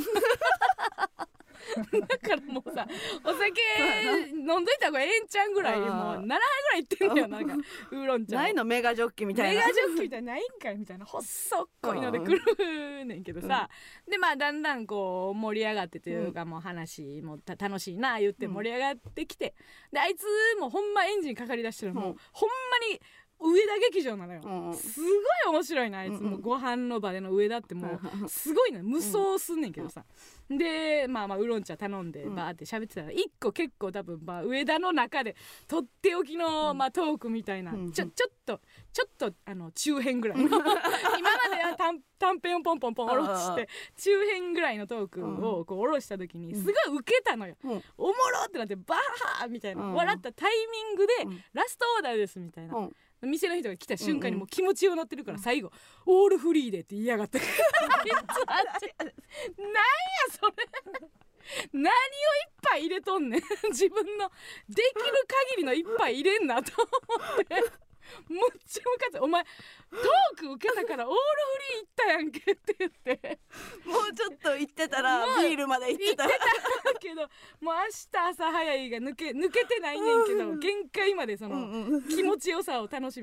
だからもうさお酒飲んどいた方がええんちゃんぐらいもうななはいぐらいいってんだよ。なんかウーロン茶ないのメガジョッキみたいなメガジョッキみたいなないんかいみたいな細っこいので来るねんけどさ、うん、でまあだんだんこう盛り上がってというか、うん、もう話もた楽しいな言って盛り上がってきて、うん、であいつもほんまエンジンかかりだしてるもう、うん、ほんまに上田劇場なのよ、うん、すごい面白いなあいつ、うん、もうご飯の場での上田ってもうすごいな無双すんねんけどさ、うん、でまあまあウーロン茶頼んでバーって喋ってたら一個結構多分まあ上田の中でとっておきのまあトークみたいな、うん、ちょちょっとちょっとあの中編ぐらいの今までは短短編をポンポンポン下ろして中編ぐらいのトークをこう下ろした時にすごいウケたのよ、うん、おもろってなってバーッみたいな、うん、笑ったタイミングで、うん、ラストオーダーですみたいな、うん店の人が来た瞬間にもう気持ちようなってるから最後、うん、オールフリーでって言いやがってなんやそれ何を一杯入れとんねん自分のできる限りの一杯入れんなと思ってむっちゃムカついお前トーク受けたからオールフリー行ったやんけって言ってもうちょっと行ってたらビールまで行ってた行ってたけどもう明日朝早いが抜け抜けてないねんけど限界までその気持ちよさを楽しみ あ,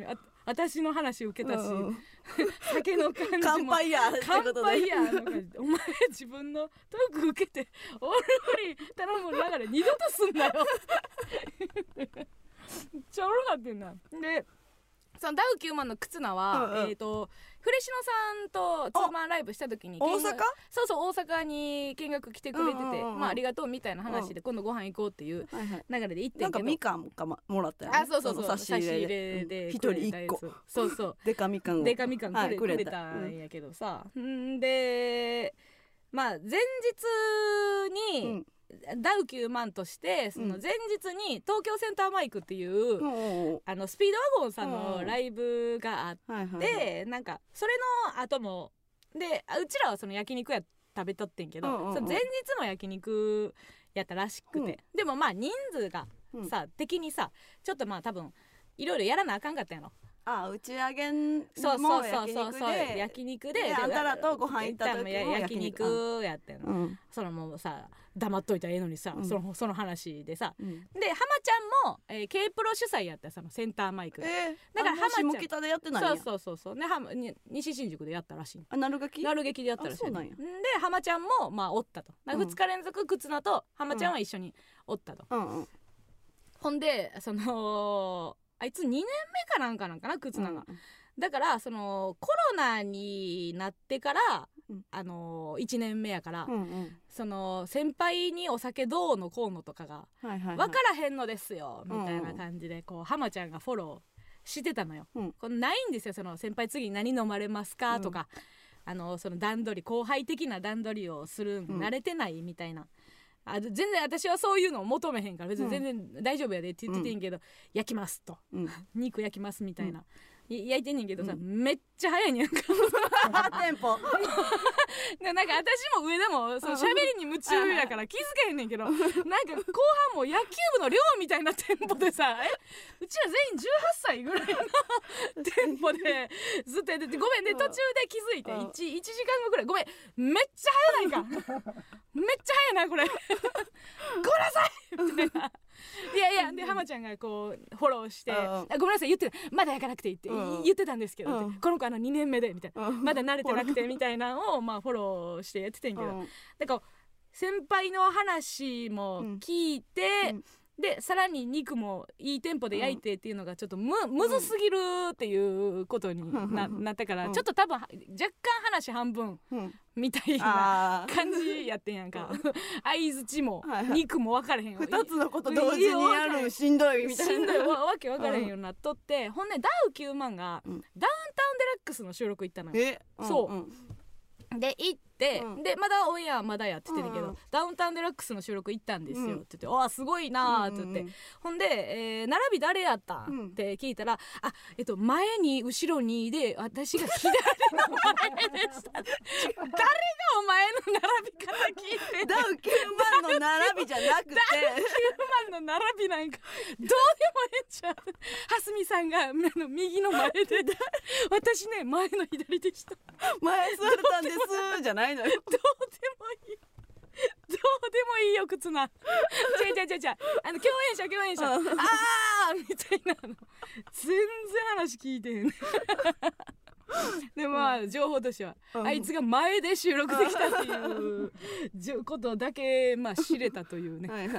私の話受けたし、 うん、 酒の感じも乾杯やって乾ことで杯やの感じでお前自分のトーク受けて俺に頼む流れ二度とすんなよめっちゃおもろかってんな。でそのダウきゅうまんの忽那は、うんうん、えーとフレシノさんとツーマンライブした時に大阪そうそう大阪に見学来てくれてて、うんうんうん、まあありがとうみたいな話で、うん、今度ご飯行こうっていう流れで行ってんけど、なんかみかんか、ま、もらったよね。 あそうそうそう差し入れで一、うん、人一個そうそうデカみかんをデカみかんくれ、はい、くれたんやけどさ、うん、でまあ前日に、うんダウきゅうまんとしてその前日に東京センターマイクっていう、うん、あのスピードワゴンさんのライブがあって、うんはいはいはい、なんかそれの後もでうちらはその焼肉や食べとってんけど、うんうんうん、その前日も焼肉やったらしくて、うん、でもまあ人数がさ、うん、的にさちょっとまあ多分いろいろやらなあかんかったんやろ。 あ打ち上げも焼肉で焼肉でであんたらとご飯行った時も焼肉やってんの、うん、そのもうさ黙っといたらええのにさ、うん、そのその話でさ、うん、で浜ちゃんも、えー、K プロ主催やったそのセンターマイク、 えー、だから浜ちゃん下北でやってないんや。 そうそうそうそうねは西新宿でやったらしい。 あなる劇なる劇でやったらしい。 そうなんや。 で浜ちゃんもまあおったとふつか連続忽那と浜ちゃんは一緒におったと、うんうん、ほんでそのあいつにねんめかなんかなんかな忽那が、うん、だからそのコロナになってから、うん、あのいちねんめやから、うんうん、その先輩にお酒どうのこうのとかが分からへんのですよ、はいはいはい、みたいな感じでこう浜ちゃんがフォローしてたのよ、うん、これないんですよその先輩次何飲まれますか、うん、とかあのその段取り後輩的な段取りをするん慣れてないみたいな、あ全然私はそういうのを求めへんから別に全然大丈夫やでって言っててんけど、うん、焼きますと、うん、肉焼きますみたいな、うん、焼いてんねんけどさ、うん、めっちゃ早いねんかテンポでなんか私も上でもその喋りに夢中やから気づけへんねんけどなんか後半も野球部の寮みたいなテンポでさえうちら全員じゅうはっさいぐらいのテンポでずっとやっててごめんね途中で気づいて 1, いちじかんごぐらいごめんめっちゃ早ないかめっちゃ早いなこれごめんなさいみたいないやいやで浜ちゃんがこうフォローしてあごめんなさい言ってまだ焼かなくていいって言ってたんですけどこの子あのにねんめでみたいなまだ慣れてなくてみたいなのをまあフォローしてやっててんけどだから先輩の話も聞いて、うんでさらに肉もいいテンポで焼いてっていうのがちょっと む,、うん、むずすぎるっていうことに な,、うん、なったから、うん、ちょっと多分若干話半分みたいな感じやってんやんか相づちも肉も分かれへんよふたつのこと同時にやるしんどいみたいなしんどい わ, わけ分かれへんようになっとって、うん、ほんでダウきゅうまんが、うん、ダウンタウンデラックスの収録行ったのよ。えそう、うんうん、で行って、うん、でまだオンエアまだやっててるけど、うん、ダウンタウンデラックスの収録行ったんですよ、うん、って言ってあすごいなーって言って、うんうん、ほんで、えー、並び誰やったん、うん、って聞いたらあえっと前に後ろにで私が左の前でした誰がお前の並び方聞いてダウきゅうまんの並びじゃなくてダウきゅうまんの並びなんかどうでもええじゃん蓮見さんが右の前で私ね前の左でした前座れたんですじゃないのよどうでもいいどうでもいいよ忽那違う違う違う違うあの共演者共演者あーみたいなの全然話聞いてへんでまあ情報としては、うん、あいつが前で収録できたっていうことだけまあ知れたというねはい、はい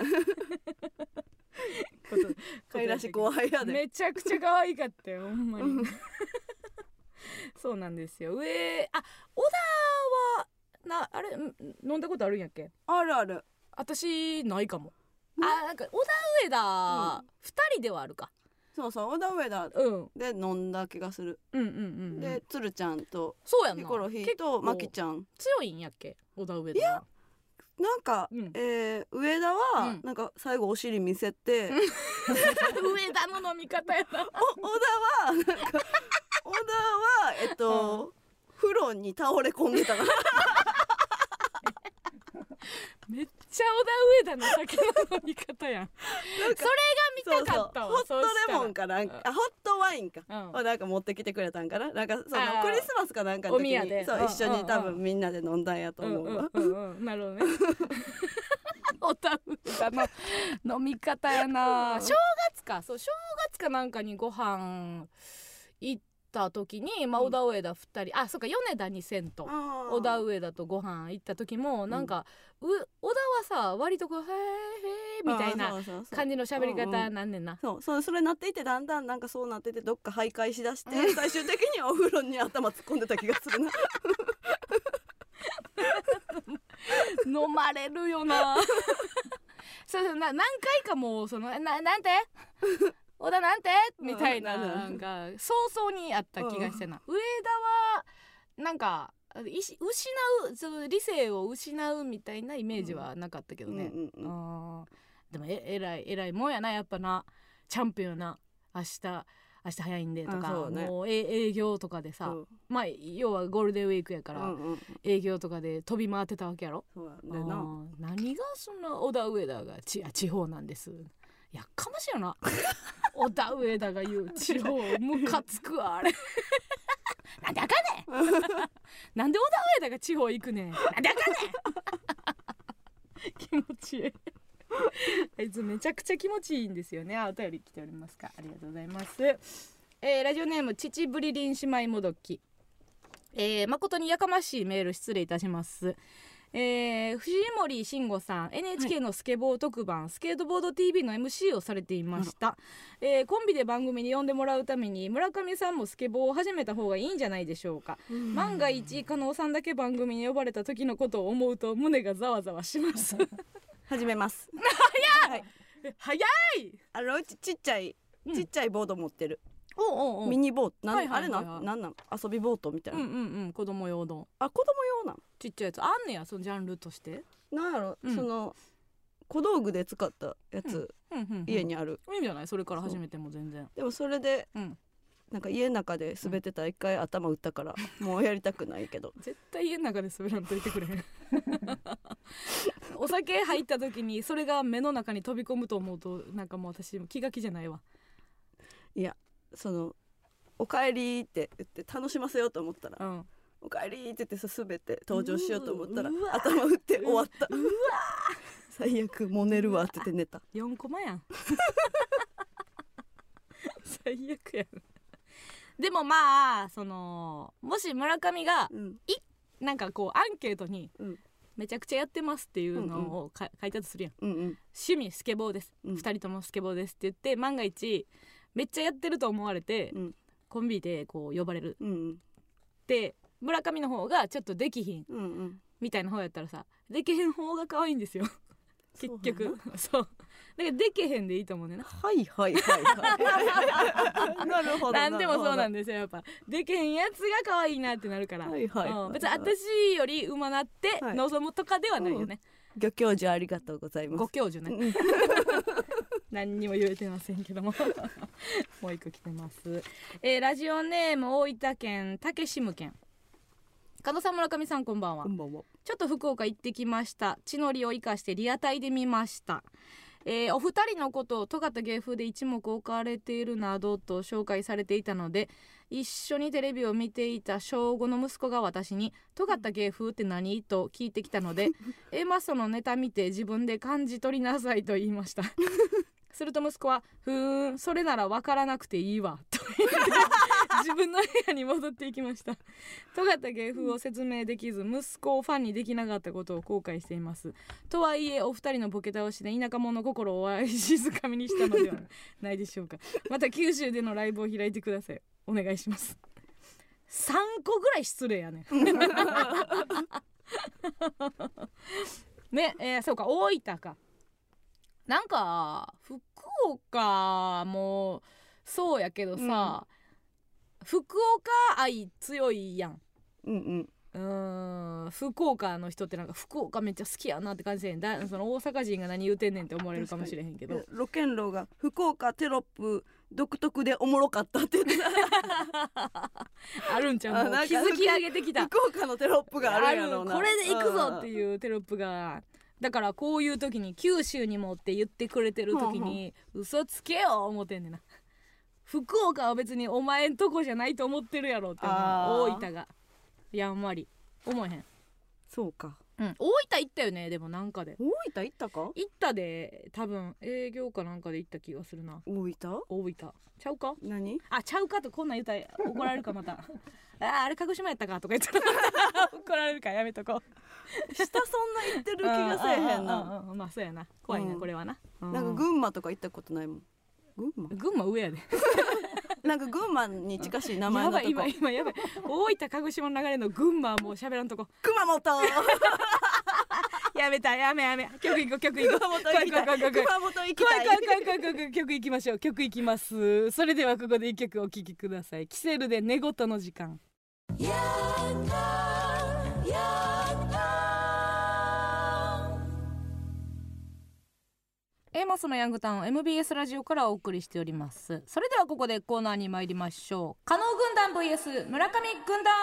可愛らしい後輩やでめちゃくちゃ可愛かったよほんまにそうなんですよ。上あ小田はなあれ飲んだことあるんやっけ。 あるある私ないかも。あなんか小田上田、うん、ふたりではあるか。 そうそう小田上田で飲んだ気がする、うん、うんうんうん、で鶴ちゃんとそうやんなヒコロヒーとマキちゃん強いんやっけ小田上田。 いやなんか、うんえー、上田は、うん、なんか最後お尻見せて上田の飲み方やなお小田はなんか小田はえっと、うん、風呂に倒れ込んでたからめっちゃ小田上田の酒の飲み方やんそれが見たかったわ。 そうそうホットレモンかなんか、うん、あホットワインか、うん、なんか持ってきてくれたんかな。なんかそのクリスマスかなんかの時にそう、うん、一緒に多分みんなで飲んだんやと思うわ、うんうんうん、 なるほどね小田上田の飲み方やな正月かそう正月かなんかにご飯行った時に、まあ、小田上田ふたり、うん、あそっか米田にせんと小田上田とご飯行った時もなんか、うん、う小田はさ割とこうへーへーみたいな感じの喋り方なんねんな。 そうそうそう、それなっていてだんだんなんかそうなっててどっか徘徊しだして最終的にお風呂に頭突っ込んでた気がするな飲まれるよなそうそうな何回かもうそのななんて小田なんてみたいな、なんか早々にあった気がしてな、うん、上田はなんか失うその理性を失うみたいなイメージはなかったけどね、うんうんうん、あでもええらいえらいもんやなやっぱな、チャンピオンな明日明日早いんでとか、ね、もう営業とかでさ、うん、まあ要はゴールデンウィークやから、うんうん、営業とかで飛び回ってたわけやろ。そうやね、な何がそんな小田上田がち地方なんです、やっかましいよな小田上田が言う地方ムカつくわあれなんであかんねんなんで小田上田が地方行くねん、なんであかんねん気持ちいいあいつめちゃくちゃ気持ちいいんですよね。お便り来ておりますか、ありがとうございます。えー、ラジオネーム父ぶりりん姉妹もどき、えー、誠にやかましいメール失礼いたします。えー、藤森慎吾さん エヌエイチケー のスケボー特番、はい、スケートボード ティーブイ の エムシー をされていました、えー、コンビで番組に呼んでもらうために村上さんもスケボーを始めた方がいいんじゃないでしょうか。万が一加納さんだけ番組に呼ばれた時のことを思うと胸がざわざわします始めます早い、はい、早い。 あのうちちっちゃいちっちゃいボード持ってる、 うん、おうおうおう、 ミニボートなん、 はいはいはいはい、 あれな、なんなん遊びボートみたいな、 うんうんうん、子供用の、 あ子供用なんちっちゃいやつあんねや、そのジャンルとしてなんやろ、うん、その小道具で使ったやつ、うんうんうんうん、家にある。 いいんじゃない、それから始めても全然。 でもそれで、うん、なんか家の中で滑ってたら一回頭打ったから、うん、もうやりたくないけど絶対家の中で滑らんといてくれへんお酒入った時にそれが目の中に飛び込むと思うとなんかもう私気が気じゃないわ。 いやそのおかえりって言って楽しませようと思ったら、うん、おかえりって言って滑って登場しようと思ったら頭打って終わった。うわ最悪もう寝るわって言って寝た。 よんコマやん最悪やん。でもまあそのもし村上が、うん、いなんかこうアンケートに、うん、めちゃくちゃやってますっていうのをか、うんうん、書いたとするやん、うんうん、趣味スケボーです、うん、ふたりともスケボーですって言って万が一めっちゃやってると思われて、うん、コンビでこう呼ばれる、うんうん、で村上の方がちょっとできひん、うんうん、みたいな方やったらさできへん方が可愛いんですよ結局そうだからでけへんでいいと思うねんな。 はいはいはいはいなるほどなんでもそうなんですよ。やっぱでけへんやつが可愛いなってなるから、はいはい、うん、別に私より馬なって望むとかではないよね、 うん、ご教授ありがとうございます。 ご教授ね何にも言えてませんけどももう一個来てます、えー、ラジオネーム大分県竹志無県。加納さん村上さんこんばんは。 こんばんは。 ちょっと福岡行ってきました。地の利を生かしてリアタイで見ました、えー、お二人のことを尖った芸風で一目置かれているなどと紹介されていたので一緒にテレビを見ていた小ごの息子が私に尖った芸風って何と聞いてきたのでAマッソのネタ見て自分で感じ取りなさいと言いましたすると息子はふーんそれなら分からなくていいわと自分の部屋に戻っていきました。尖った芸風を説明できず息子をファンにできなかったことを後悔しています。とはいえお二人のボケ倒しで田舎者心をわい静かみにしたのではないでしょうか。また九州でのライブを開いてください。お願いします。さんこぐらい失礼やねね、えー、そうか大分かなんか福岡もそうやけどさ、うん、福岡愛強いやん。うんうんうーん福岡の人ってなんか福岡めっちゃ好きやなって感じでだその大阪人が何言うてんねんって思われるかもしれへんけどロケンローが福岡テロップ独特でおもろかったって言ってたあるんちゃうもう築き上げてきた福岡のテロップがあるんやろうなこれで行くぞっていうテロップがだからこういう時に九州にもって言ってくれてる時に嘘つけよ思ってんねんな。福岡は別にお前んとこじゃないと思ってるやろって思う大分がやんわり思えへん。 そうかうん、大分行ったよね。でもなんかで大分行ったか。 行ったで、多分営業かなんかで行った気がするな。 大分大分ちゃうか。 何あちゃうかとこんなん言ったら怒られるかまたああれ鹿児島やったかとか言ったら怒られるからやめとこう下そんな行ってる気がせえへんな。 まあそうやな、怖いな、 うん、 これはな、うん、 なんか群馬とか行ったことないもん。群馬群馬上やでなんか群馬に近しい名前のとこ。 やばい今今やばい大分鹿児島の流れの群馬はもう喋らんとこ。 熊本やめたやめやめ曲いこう曲いこう熊本行きたい熊本行きたい怖い怖い怖い怖い怖い曲いきましょう。曲いきます。それではここで一曲お聴きください。キセルで寝言の時間。やったやったエーモスのヤングタウン エムビーエス ラジオからお送りしております。それではここでコーナーに参りましょう。加納軍団 ブイエス 村上軍団。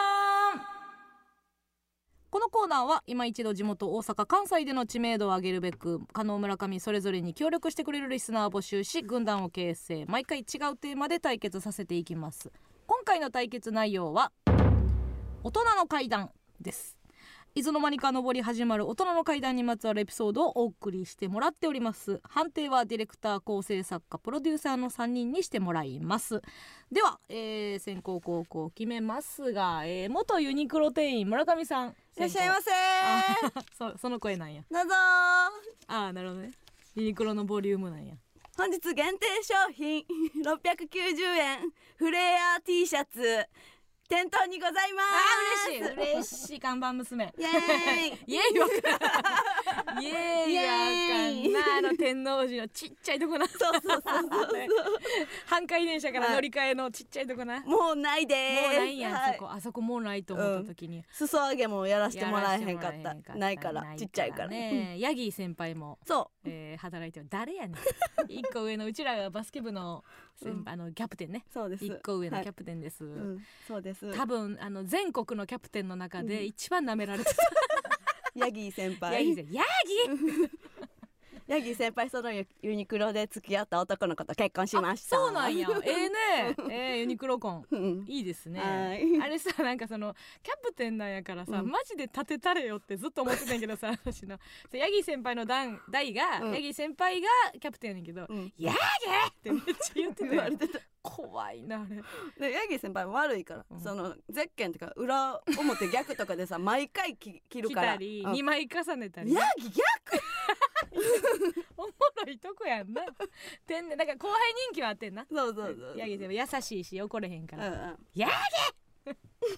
このコーナーは今一度地元大阪関西での知名度を上げるべく加納村上それぞれに協力してくれるリスナーを募集し軍団を形成、毎回違うテーマで対決させていきます。今回の対決内容は大人の怪談です。いつの間にか登り始まる大人の怪談にまつわるエピソードをお送りしてもらっております。判定はディレクター、構成作家、プロデューサーのさんにんにしてもらいます。では、えー、先行後攻決めますが、えー、元ユニクロ店員村上さん、 いらっしゃいませー。そ, その声なんや。 どうぞー。 あーなるほどね。ユニクロのボリュームなんや。 本日限定商品ろっぴゃくきゅうじゅうえんフレア T シャツ店頭にございます。 あー嬉しい嬉しい。看板娘イエーイイエーイわかんイエーイわかんな。あの天王寺のちっちゃいとこな。 そうそうそうそう阪海電車から乗り換えのちっちゃいとこな。 もうないでーす。 もうないやん、 はい、 そこあそこもうないと思った時に、うん、 裾上げもやらせてもらえへんかった。ないからちっちゃいからね。ヤギー先輩もそう、 えー、働いてる。誰やねん一個上のうちらがバスケ部の、うん、あのキャプテンね。 そうです。 一個上のキャプテンです、 はい、うん、そうです。 多分あの全国のキャプテンの中で一番舐められてた、 うん、ヤギー先輩。 ヤギーヤギヤギー先輩、そのユニクロで付き合った男の子と結婚しました。 そうなんや。ええねえー、ユニクロ婚、うん、いいですね。あれさ、なんかそのキャプテンなんやからさ、うん、マジで立てたれよってずっと思ってたんやけどさ私のヤギー先輩の代が、うん、ヤギー先輩がキャプテンやねんけど、うん、ヤギーってめっちゃ言ってた言われてた。怖いなあれで。ヤギー先輩も悪いから、うん、そのゼッケンとか裏表逆とかでさ毎回着るから着たり、うん、にまい重ねたり、 ヤギ逆おもろいとこやんな。天然だから後輩人気はあってんな。 そうそうそう。 ヤギ先輩優しいし怒れへんから、うんうん、ヤギ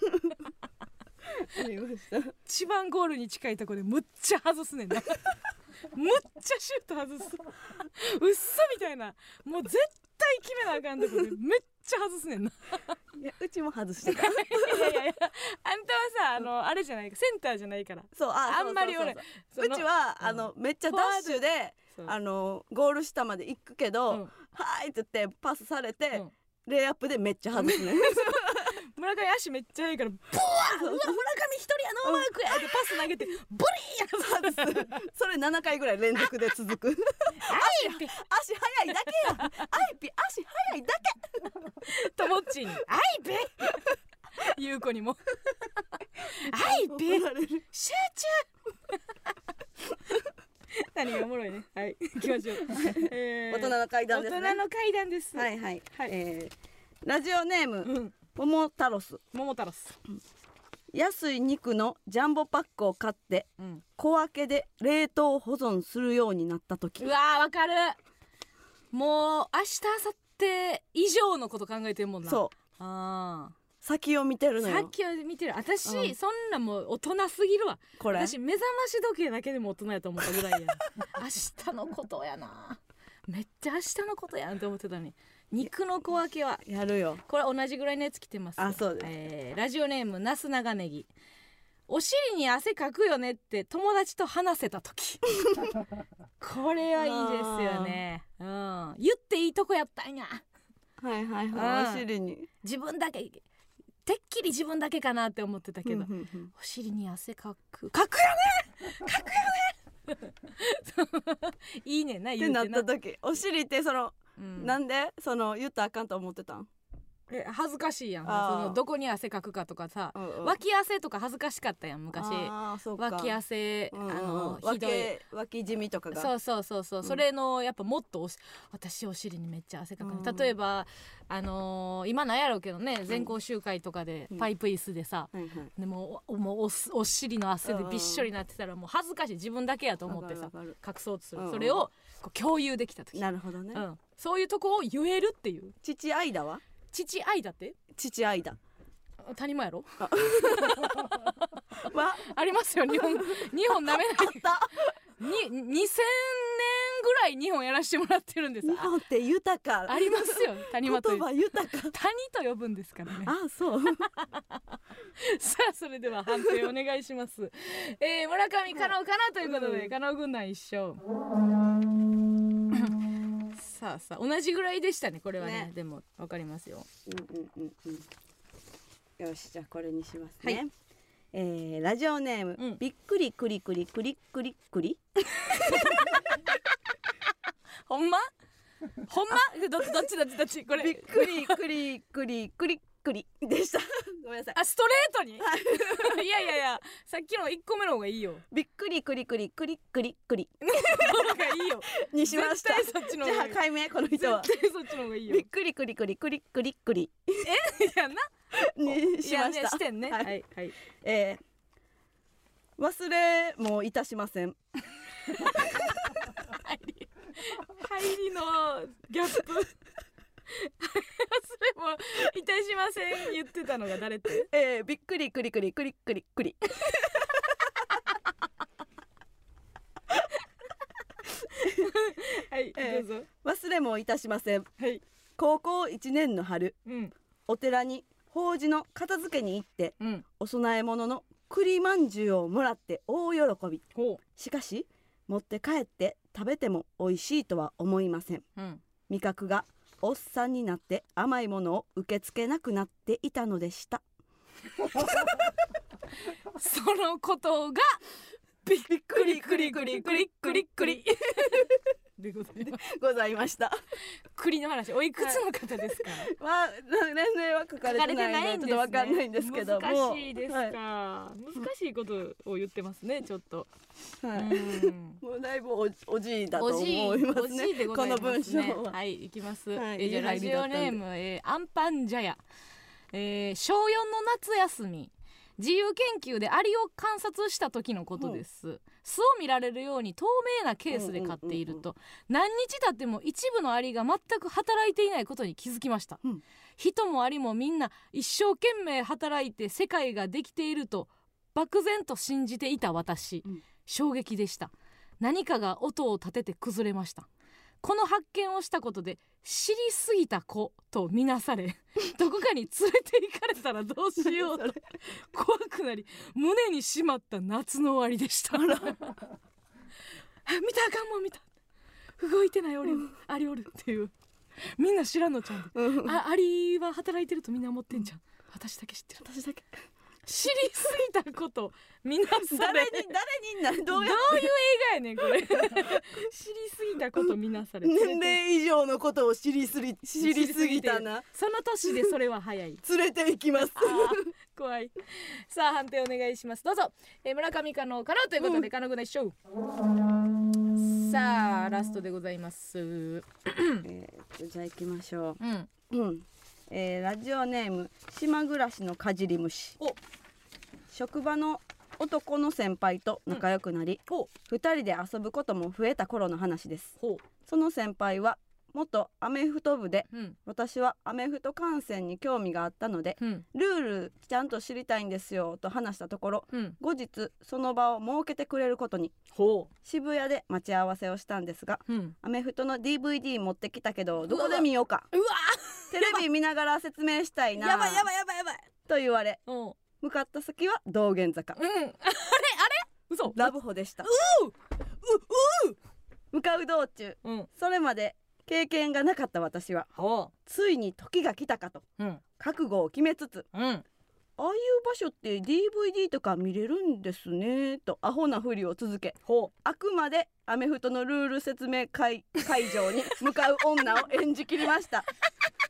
ありました。 一番ゴールに近いとこでむっちゃ外すねんなむっちゃシュート外す。うっそみたいな、もう絶対決めなあかんとこでめっちゃ外すねんな。 いやうちも外してたいやいやいや、あんたはさ、あのあれじゃないか、センターじゃないから。 そう、ああんまり俺うちは、うん、あのめっちゃダッシュであのゴール下まで行くけど、うん、はいって言ってパスされて、うん、レイアップでめっちゃ外すね村上足めっちゃいいからボワー、うわ村上一人やノーマークやってパス投げてボリーやそれななかいぐらい連続で続く。足足速いだけや。アイピ足速いだけ。ともっちにアイピゆうこにもアイピ集中何がおもろいね。はい行きましょう、 えー、大人の階段ですね。 大人の階段です。 はいはい、はい、えー、ラジオネーム、うん、桃太郎ス桃太郎ス、うん、 安い肉のジャンボパックを買って、うん、小分けで冷凍保存するようになった時。 うわーわかる。もう明日明後日以上のこと考えてるもんな。 そう、 あー先を見てるのよ。 先を見てる。私、うん、そんなもう大人すぎるわ。これ私目覚まし時計だけでも大人やと思ったぐらいや明日のことやな。めっちゃ明日のことやんって思ってたのに。肉の小分けはやるよ。 これ同じぐらいのやつ着てます。 あ、そうです、 えー、ラジオネームなす長ネギ。お尻に汗かくよねって友達と話せた時これはいいですよね、うん、言っていいとこやったんや。 はいはいはい、お尻に自分だけてっきり自分だけかなって思ってたけどお尻に汗かくかくよねかくよねいいねんな言うてなってなった時、お尻ってその、うん、なんでその言ったらあかんと思ってたん。 え恥ずかしいやん。そのどこに汗かくかとかさ、うんうん、脇汗とか恥ずかしかったやん昔。 あそうか脇汗、うんうん、あのひどい脇染みとかがそうそうそうそう、うん、それのやっぱもっとおし私お尻にめっちゃ汗かく、うん、例えばあのー、今なんやろうけどね、全校集会とかでパイプ椅子でさ、うん、でもうもう お, お尻の汗でびっしょりになってたらもう恥ずかしい、自分だけやと思ってさ隠そうとする、うん、それをこう共有できた時。 なるほどね、 うん、そういうとこを言えるっていう。 父愛だわ。 父愛だって父愛だ谷間やろあ, ありますよ日本日本なめないににせんねんぐらい日本やらせてもらってるんです。 日本って豊かありますよ谷間という言葉豊か谷と呼ぶんですからね。 あそうさあそれでは判定お願いします、えー、村上加納かなということで、うん、加納軍団一勝さあさあ同じぐらいでしたねこれは ね, ねでも分かりますよ。 うんうんうんうん、よしじゃあこれにしますね、はい、えー、ラジオネーム、うん、びっくりくりくりくりくりくりほんまほんま ど, どっちどっちどっちこれびっくりくりくりくりくりでしたごめんなさい。 あストレートにいやいやいやさっきのいっこめの方がいいよ。 びっくりくりくりくりくりくりの方がいいよにしました。 絶対そっちの方がいい。 じゃあ解明この人は絶対そっちの方がいいよ。 びっくりくりくりくりくりくりえいやなにしました。いやしてんね。はいはい、はい、 えー、忘れもいたしません入り入りのギャップ忘れもいたしません言ってたのが誰って、 えー、びっくりくりくりくりくりくりはい、えー、どうぞ。 忘れもいたしません、 はい、 高校いちねんの春、 うん、 お寺に法事の片付けに行って、 うん、 お供え物の栗まんじゅうをもらって大喜び。しかし持って帰って食べても美味しいとは思いません、 うん、 味覚がおっさんになって甘いものを受け付けなくなっていたのでしたそのことがびっくりくりくりくりくりくりでございます。 ございました。 栗の話おいくつの方ですか。 まあ年齢は書かれてないのでちょっとわかんないんですけども。 難しいですか、はい、難しいことを言ってますねちょっと、 はい、うんもうだいぶ お, おじいだと思いますね。 おじいでございますね。 この文章ははいいきます、 はい、 えー、じゃあラジオネーム、えー、アンパンジャヤ、えー、小よんの夏休み自由研究でアリを観察した時のことです、うん、巣を見られるように透明なケースで飼っていると、うんうんうんうん、何日経っても一部のアリが全く働いていないことに気づきました、うん、人もアリもみんな一生懸命働いて世界ができていると漠然と信じていた私、うん、衝撃でした。何かが音を立てて崩れました。この発見をしたことで知りすぎた子とみなされどこかに連れて行かれたらどうしようと怖くなり胸にしまった夏の終わりでした見たあかんもん見た動いてない俺、うん、アリおるっていうみんな知らんのちゃん、うん、あアリは働いてるとみんな思ってんじゃん、うん、私だけ知ってる。 私だけ知りすぎたことみなされ誰に誰になどうやどういう映画やねんこれ知りすぎたことみなされ年齢以上のことを知りすぎ知りすぎたな。 その年でそれは早い連れて行きます怖い。さあ判定お願いします。どうぞ、えー、村上加納加納ということで加納軍団一勝、うん、さあラストでございます、えー、じゃあ行きましょう。うんうんえー、ラジオネーム島暮らしのかじり虫。職場の男の先輩と仲良くなり、うん、ふたりで遊ぶことも増えた頃の話です。その先輩は元アメフト部で、うん、私はアメフト観戦に興味があったので、うん、ルールちゃんと知りたいんですよと話したところ、うん、後日その場を設けてくれることに。渋谷で待ち合わせをしたんですが、うん、アメフトの ディーブイディー 持ってきたけどどこで見ようか、 うわテレビ見ながら説明したいなやばいやばいやばいやばいと言われ、向かった先は道玄坂、 うん、あれあれ嘘ラブホでした。ううう向かう道中、うん、それまで経験がなかった私はついに時が来たかと、うん、覚悟を決めつつ、うん、ああいう場所って ディーブイディー とか見れるんですねとアホなふりを続け、あくまでアメフトのルール説明会会場に向かう女を演じきりました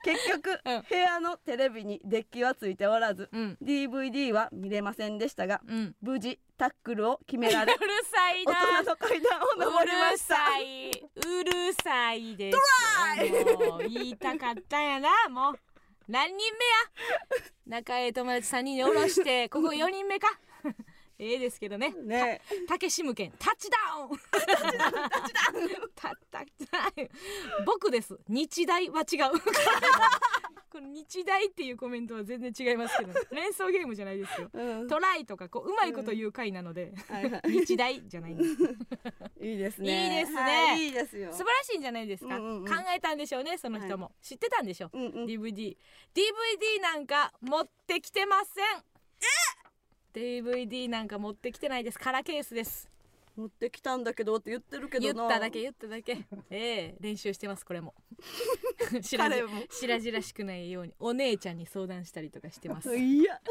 結局、 うん部屋のテレビにデッキはついておらず、 うんディーブイディー は見れませんでしたが、 うん無事タックルを決められうるさいな大人の階段を登りました。 うるさいうるさいです。もう言いたかったんやな。もう何人目や仲ええ友達さんにんで下ろしてここよにんめかええですけどね。 ね竹志無権タッチダウンタッチダウンタッチダウンタッタッチダウン僕です日大は違うこの日大っていうコメントは全然違いますけど連想ゲームじゃないですよ、うん、トライとかこううまいこと言う回なので、うん、日大じゃないんですいいですねいいですね、 はい、いいですよ。 素晴らしいんじゃないですか、うんうんうん、考えたんでしょうねその人も、はい、知ってたんでしょう、うんうん、ディーブイディー ディーブイディー なんか持ってきてません。え ディーブイディー なんか持ってきてないです。カラーケースです。 持ってきたんだけどって言ってるけどな。 言っただけ言っただけええ練習してますこれもしらじしらじらしくないようにお姉ちゃんに相談したりとかしてますいや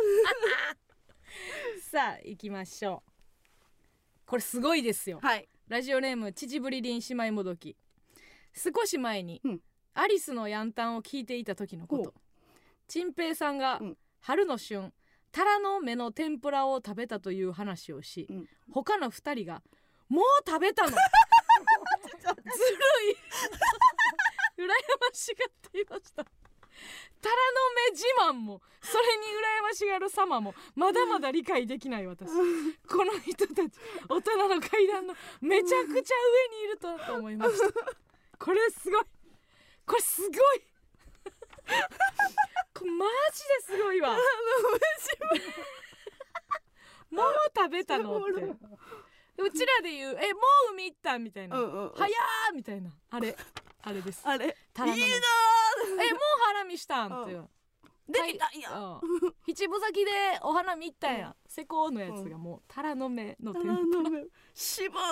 さあ行きましょう。これすごいですよ、 はい、 ラジオネーム秩父りりん姉妹もどき。少し前に、うん、アリスのヤンタンを聞いていた時のこと。チンペイさんが、うん、春の旬タラの芽の天ぷらを食べたという話をし、うん、他のふたりがもう食べたのずるい羨ましがっていました。タラの芽自慢もそれに羨ましがる様もまだまだ理解できない私この人たち大人の階段のめちゃくちゃ上にいるとと思いました。これすごいこれすごいこれマジですごいわ。もう食べたのってうちらで言うえもう海行ったみたいな、うんうんうん、早ーみたいなあれあれです。 あれタラの芽いいなえもう花見したんって、うん、 できたんや、 うん、七分咲きでお花見行ったんや、うん、施工のやつがもうタラの芽の天ぷら渋い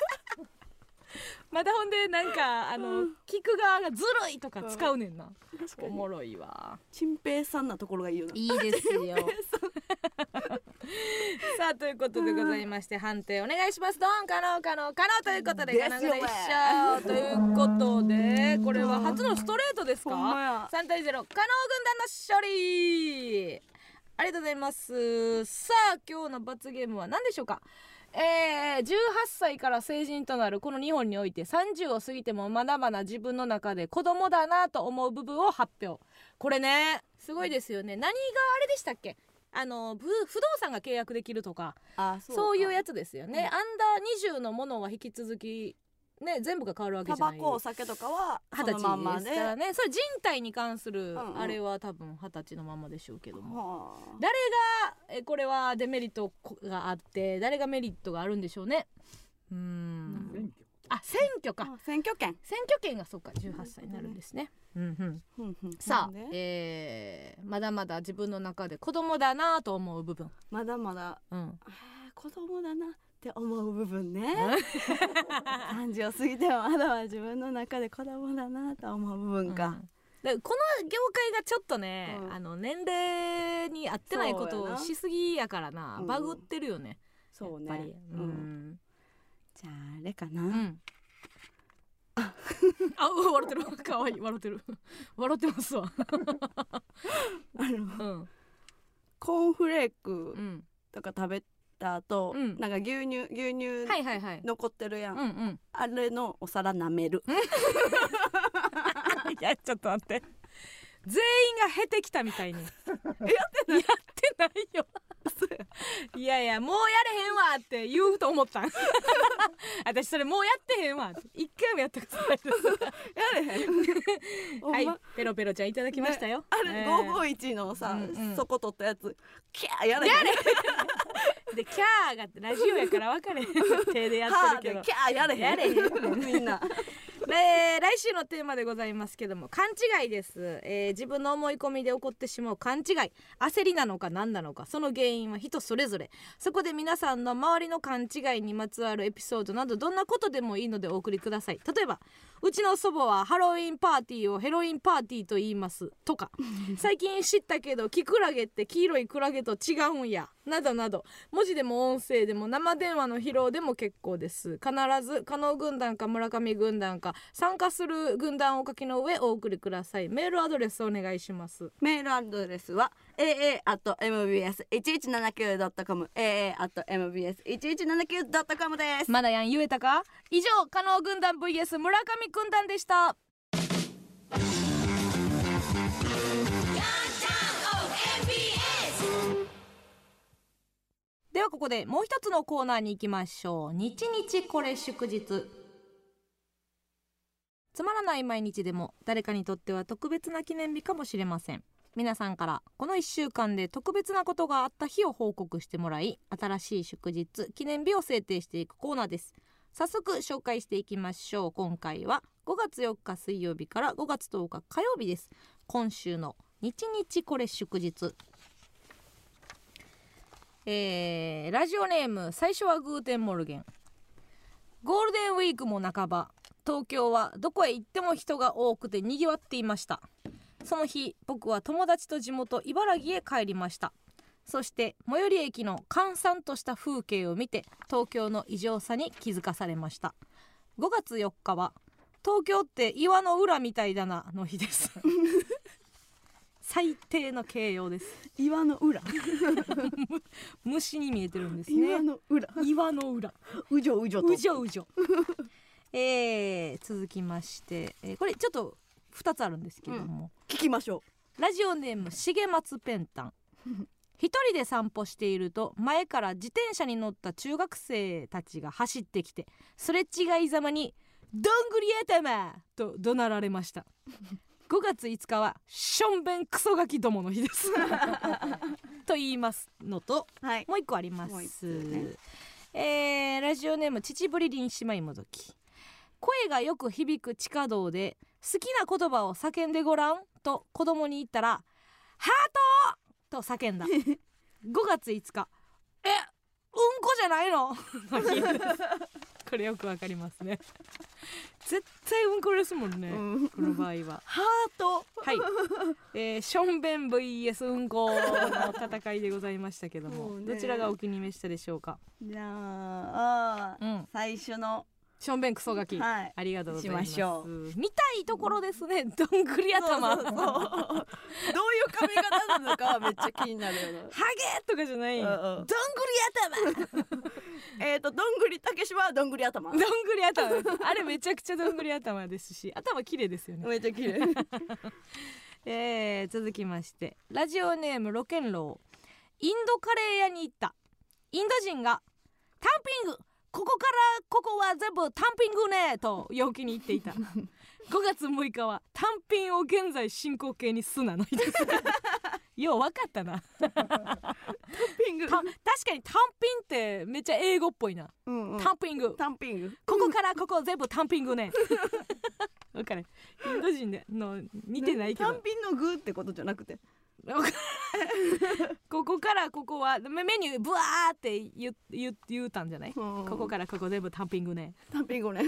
まだほんでなんかあの、うん、聞く側がずるいとか使うねんな、うん、おもろいわ。 チンペイさんなところがいいよな。 いいですよさあということでございまして、うん、判定お願いします。ドン可能可能可能ということでガナガナ一緒ということでこれは初のストレートですか。さんたいゼロ可能軍団の勝利ありがとうございます。さあ今日の罰ゲームは何でしょうか。えー、じゅうはっさいから成人となるこの日本においてさんじゅうを過ぎてもまだまだ自分の中で子供だなと思う部分を発表。これねすごいですよね。何があれでしたっけあの不動産が契約できるとかあ そ, そういうやつですよね、うん、アンダーにじゅうのものは引き続きね全部が変わるわけじゃない。 タバコお酒とかは二十歳ですからね。それ人体に関するあれは多分二十歳のままでしょうけども、うんうん、誰がえこれはデメリットがあって誰がメリットがあるんでしょうね。うーんあ選挙か選挙権選挙権がそうかじゅうはっさいになるんですね、うんうん、さあ、えー、まだまだ自分の中で子供だなと思う部分まだまだ、うん、子供だなって思う部分ねさんじゅうを過ぎてもまだまだ自分の中で子供だなと思う部分か、うんでこの業界がちょっとね、うん、あの年齢に合ってないことをしすぎやからな、バグってるよね、 うん、そうね、 やっぱり、うん、 じゃああれかな、うん、 あ笑ってるかわいい笑ってる笑ってますわあの、 うん、コーンフレークとか食べた後、うん、なんか牛乳牛乳残ってるやん、はいはいはい、うんうん、あれのお皿舐めるいやちょっと待って全員が減ってきたみたいにやってないやってないよいやいやもうやれへんわって言うと思ったん私それもうやってへんわって一回もやったことないですやれへんはいペロペロちゃんいただきましたよ、ね、 あれ、えー、ごーごーいちのさ、うんうん、そこ取ったやつキャーやれへんやれでキャーがラジオやから分かれへん手でやってるけどキャーやれへんやれへんみんなで来週のテーマでございますけども勘違いです、えー、自分の思い込みで起こってしまう勘違い焦りなのか何なのかその原因は人それぞれ。そこで皆さんの周りの勘違いにまつわるエピソードなどどんなことでもいいのでお送りください。例えばうちの祖母はハロウィンパーティーをヘロインパーティーと言いますとか最近知ったけどキクラゲって黄色いクラゲと違うんやなどなど、文字でも音声でも生電話の披露でも結構です。必ず加納軍団か村上軍団か参加する軍団をお書きの上お送りください。メールアドレスお願いします。 メールアドレスは エーエー アット エムビーエス いちいちななきゅう ドット コム エーエー アット エムビーエス いちいちななきゅう ドット コム です。 まだやん言えたか。以上、加納軍団 ブイエス 村上軍団でした。ではここでもう一つのコーナーに行きましょう。日日これ祝日。つまらない毎日でも誰かにとっては特別な記念日かもしれません。皆さんからこのいっしゅうかんで特別なことがあった日を報告してもらい、新しい祝日記念日を制定していくコーナーです。早速紹介していきましょう。今回はごがつよっか水曜日からごがつとおか火曜日です。今週の日日これ祝日。えー、ラジオネーム最初はグーテンモルゲン。ゴールデンウィークも半ば、東京はどこへ行っても人が多くて賑わっていました。その日、僕は友達と地元茨城へ帰りました。そして最寄り駅の閑散とした風景を見て東京の異常さに気づかされました。ごがつよっかは東京って岩の裏みたいだなの日です最低の形容です。 岩の裏虫に見えてるんですね。 岩の裏岩の裏うじょうじょとうじょうじょえー、続きまして、えー、これちょっとふたつあるんですけども、 うん、聞きましょう。ラジオネーム重松ペンタン一人で散歩していると前から自転車に乗った中学生たちが走ってきて、すれ違いざまにどんぐり頭と怒鳴られましたごがついつかはしょんべんクソガキどもの日ですと言いますのと、はい、もう一個あります、ねえー、ラジオネーム秩父りりん姉妹もどき。声がよく響く地下道で好きな言葉を叫んでごらんと子供に言ったらハートと叫んだごがついつか、え、うんこじゃないのこれよくわかりますね。絶対うんこですもんね、うん、この場合はハートはい、えー、ションベン ブイエス うんこの戦いでございましたけども、もどちらがお気に召したでしょうか。 じゃあ、うん、最初のションベンクソガキ、はい、ありがとうございます。 しましょう。 見たいところですね。どんぐり頭。そうそうそうどういう髪型なのかめっちゃ気になるよな。 ハゲとかじゃない、うんうん、どんぐり頭えっとどんぐりたけしはどんぐり頭。 どんぐり頭あれめちゃくちゃどんぐり頭ですし、頭綺麗ですよね。 めっちゃ綺麗えー、続きましてラジオネームロケンロー。インドカレー屋に行った。インド人が単品グ、ここからここは全部単品グねと陽気に言っていたごがつむいかは単品を現在進行形にすなの日ですよう分かったな単品グ、確かに単品ってめっちゃ英語っぽいな、うんうん、単品グ、 単品グ、 ここからここ全部単品グね分かる。インド人での似てないけど単品のグってことじゃなくてここからここはメニューブワーって言う、言う、言うたんじゃない、うん、ここからここ全部単品グね単品グね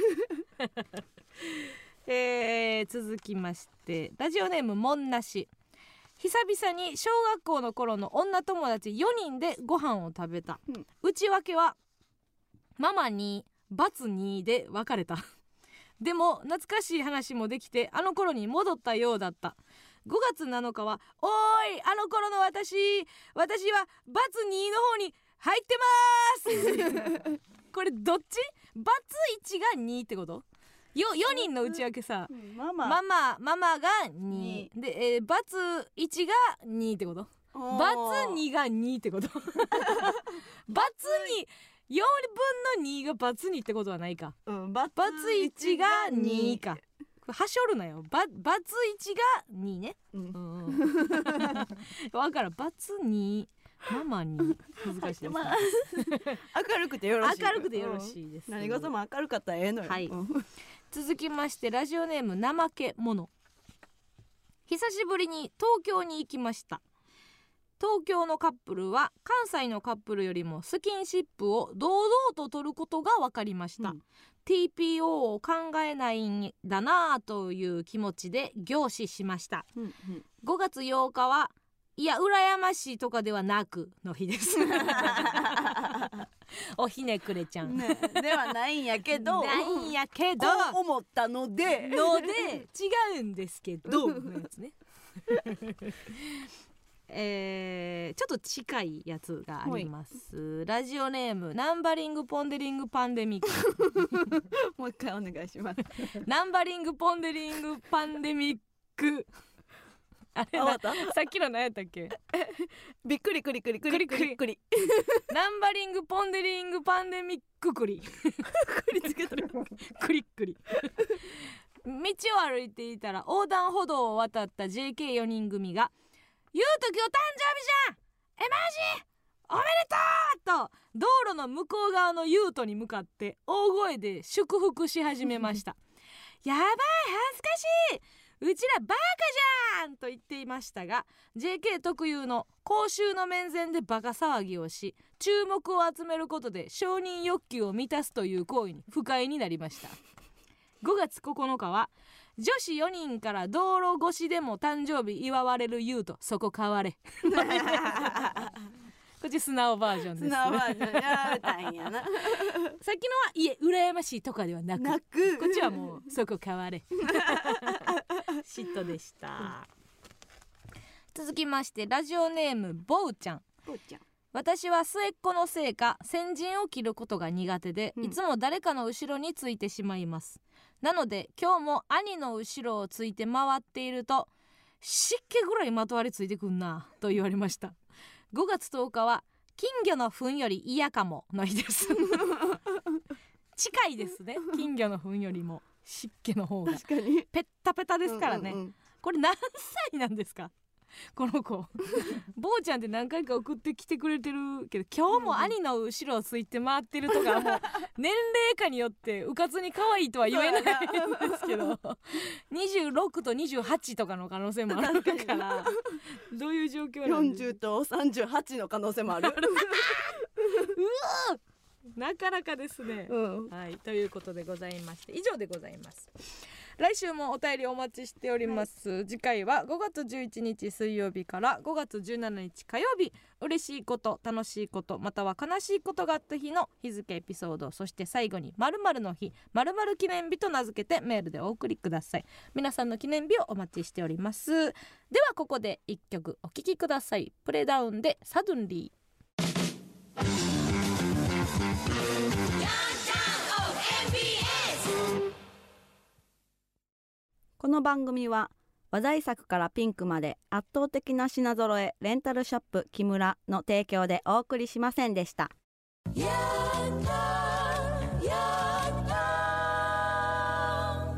えー、続きましてラジオネームもんなし。久々に小学校の頃の女友達よにんでご飯を食べた、うん、内訳はママにバツにで別れたでも懐かしい話もできてあの頃に戻ったようだった。ごがつなのかはおーいあの頃の私私はバツにの方に入ってますこれどっち？バツいちがにってこと？よよにんの内訳さ、ママママママがにで、えー、バツいちがにってこと？バツにがにってこと？バツによんぶんのにがバツにってことはないか、うん、バツいちがにか。はしょるなよ。バツいちがにね、うんうんうん、分からん。バツにママに難しいです、ねまあ、 明るくてよろしい。 明るくてよろしいです、 うん、何事も明るかったらええのよ、 はい、続きましてラジオネーム怠け者。久しぶりに東京に行きました。東京のカップルは関西のカップルよりもスキンシップを堂々と取ることが分かりました、うん、ティーピーオー を考えないんだなという気持ちで凝視しました、うんうん、ごがつようかはいや羨ましいとかではなくの日ですおひねくれちゃん、 ね、ではないんやけどないんやけどこう思ったのでので違うんですけどのやつねえー、ちょっと近いやつがあります。ラジオネームナンバリングポンデリングパンデミックもう一回お願いしますナンバリングポンデリングパンデミックあれなさっきの何やったっけびっくりくりくりくりくりくりナンバリングポンデリングパンデミッククリくりつけてるクリックリ道を歩いていたら横断歩道を渡った ジェーケーよにん組がゆうと今日誕生日じゃんえマジおめでとうと道路の向こう側のゆうとに向かって大声で祝福し始めましたやばい恥ずかしいうちらバカじゃんと言っていましたが ジェーケー 特有の公衆の面前でバカ騒ぎをし注目を集めることで承認欲求を満たすという行為に不快になりました。ごがつここのかは女子よにんから道路越しでも誕生日祝われる言うとそこ変われこっち素直バージョンです。素直バージョンやったんやなさっきのはいえ羨ましいとかではなくなくこっちはもうそこ変われ嫉妬でした続きましてラジオネームボウちゃん。 ボウちゃん私は末っ子のせいか先陣を切ることが苦手で、うん、いつも誰かの後ろについてしまいます。なので今日も兄の後ろをついて回っていると湿気ぐらいまとわりついてくんなと言われました。ごがつとおかは金魚の糞より嫌かもの日です近いですね。金魚の糞よりも湿気の方が確かにペッタペタですからね、うんうんうん、これ何歳なんですかこの子坊ちゃんって何回か送ってきてくれてるけど今日も兄の後ろをついて回ってるとかもう年齢下によってうかつに可愛いとは言えないんですけどにじゅうろくとにじゅうはちとかの可能性もあるからどういう状況なんですか。 よんじゅうとさんじゅうはちの可能性もあるうわなかなかですね、うん、はい、ということでございまして以上でございます。来週もお便りお待ちしております、はい、次回はごがつじゅういちにち水曜日からごがつじゅうしちにち火曜日嬉しいこと楽しいことまたは悲しいことがあった日の日付エピソードそして最後に〇〇の日〇〇記念日と名付けてメールでお送りください。皆さんの記念日をお待ちしております。ではここでいっきょくお聴きください。プレダウンでサドンリー。 この番組は話題作からピンクまで圧倒的な品揃えレンタルショップ木村の提供でお送りしませんでした。やったやった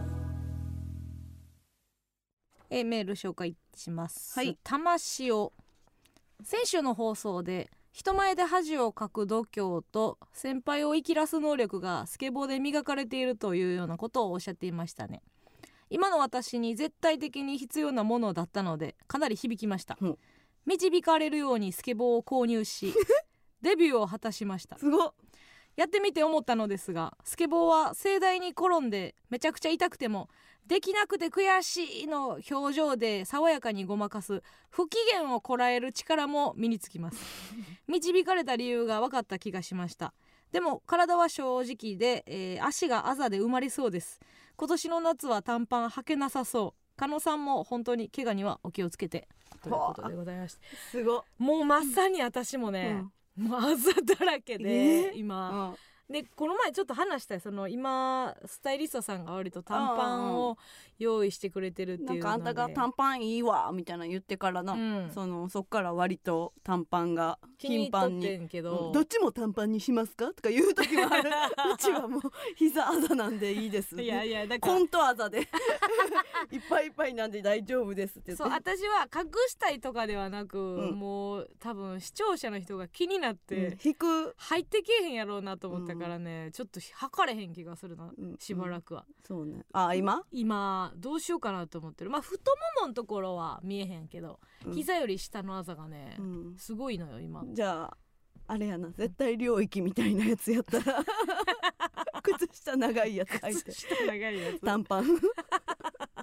えメール紹介します、 はい、 魂を先週の放送で人前で恥をかく度胸と先輩を生きらす能力がスケボーで磨かれているというようなことをおっしゃっていましたね。今の私に絶対的に必要なものだったのでかなり響きました、うん、導かれるようにスケボーを購入しデビューを果たしました。 すごっ。 やってみて思ったのですがスケボーは盛大に転んでめちゃくちゃ痛くてもできなくて悔しいの表情で爽やかにごまかす不機嫌をこらえる力も身につきます導かれた理由が分かった気がしました。でも体は正直で、えー、足があざで埋まりそうです。今年の夏は短パン履けなさそう。加納さんも本当に怪我にはお気をつけてということでございました。 すごもうまさに私もね、うん、もうあざだらけで、えー、今、うんでこの前ちょっと話したいその今スタイリストさんが割と短パンを用意してくれてるっていうのでなんかあんたが短パンいいわみたいな言ってからな、うん、そのそっから割と短パンが頻繁に気に入っとってんけど、 うん、どっちも短パンにしますかとか言う時もあるうちはもう膝あざなんでいいですいやいやだからコントあざでいっぱいいっぱいなんで大丈夫ですって言ってそう私は隠したいとかではなく、うん、もう多分視聴者の人が気になって、うん、 引く入ってけえへんやろうなと思ったからね、うん、ちょっと測れへん気がするな、うん、しばらくは、 うん、そうねあ今今どうしようかなと思ってる。まあ太もものところは見えへんけど、うん、膝より下のあざがね、うん、すごいのよ今。 じゃああれやな絶対領域みたいなやつやったら靴下長いやつ履いて靴下長いやつ短パン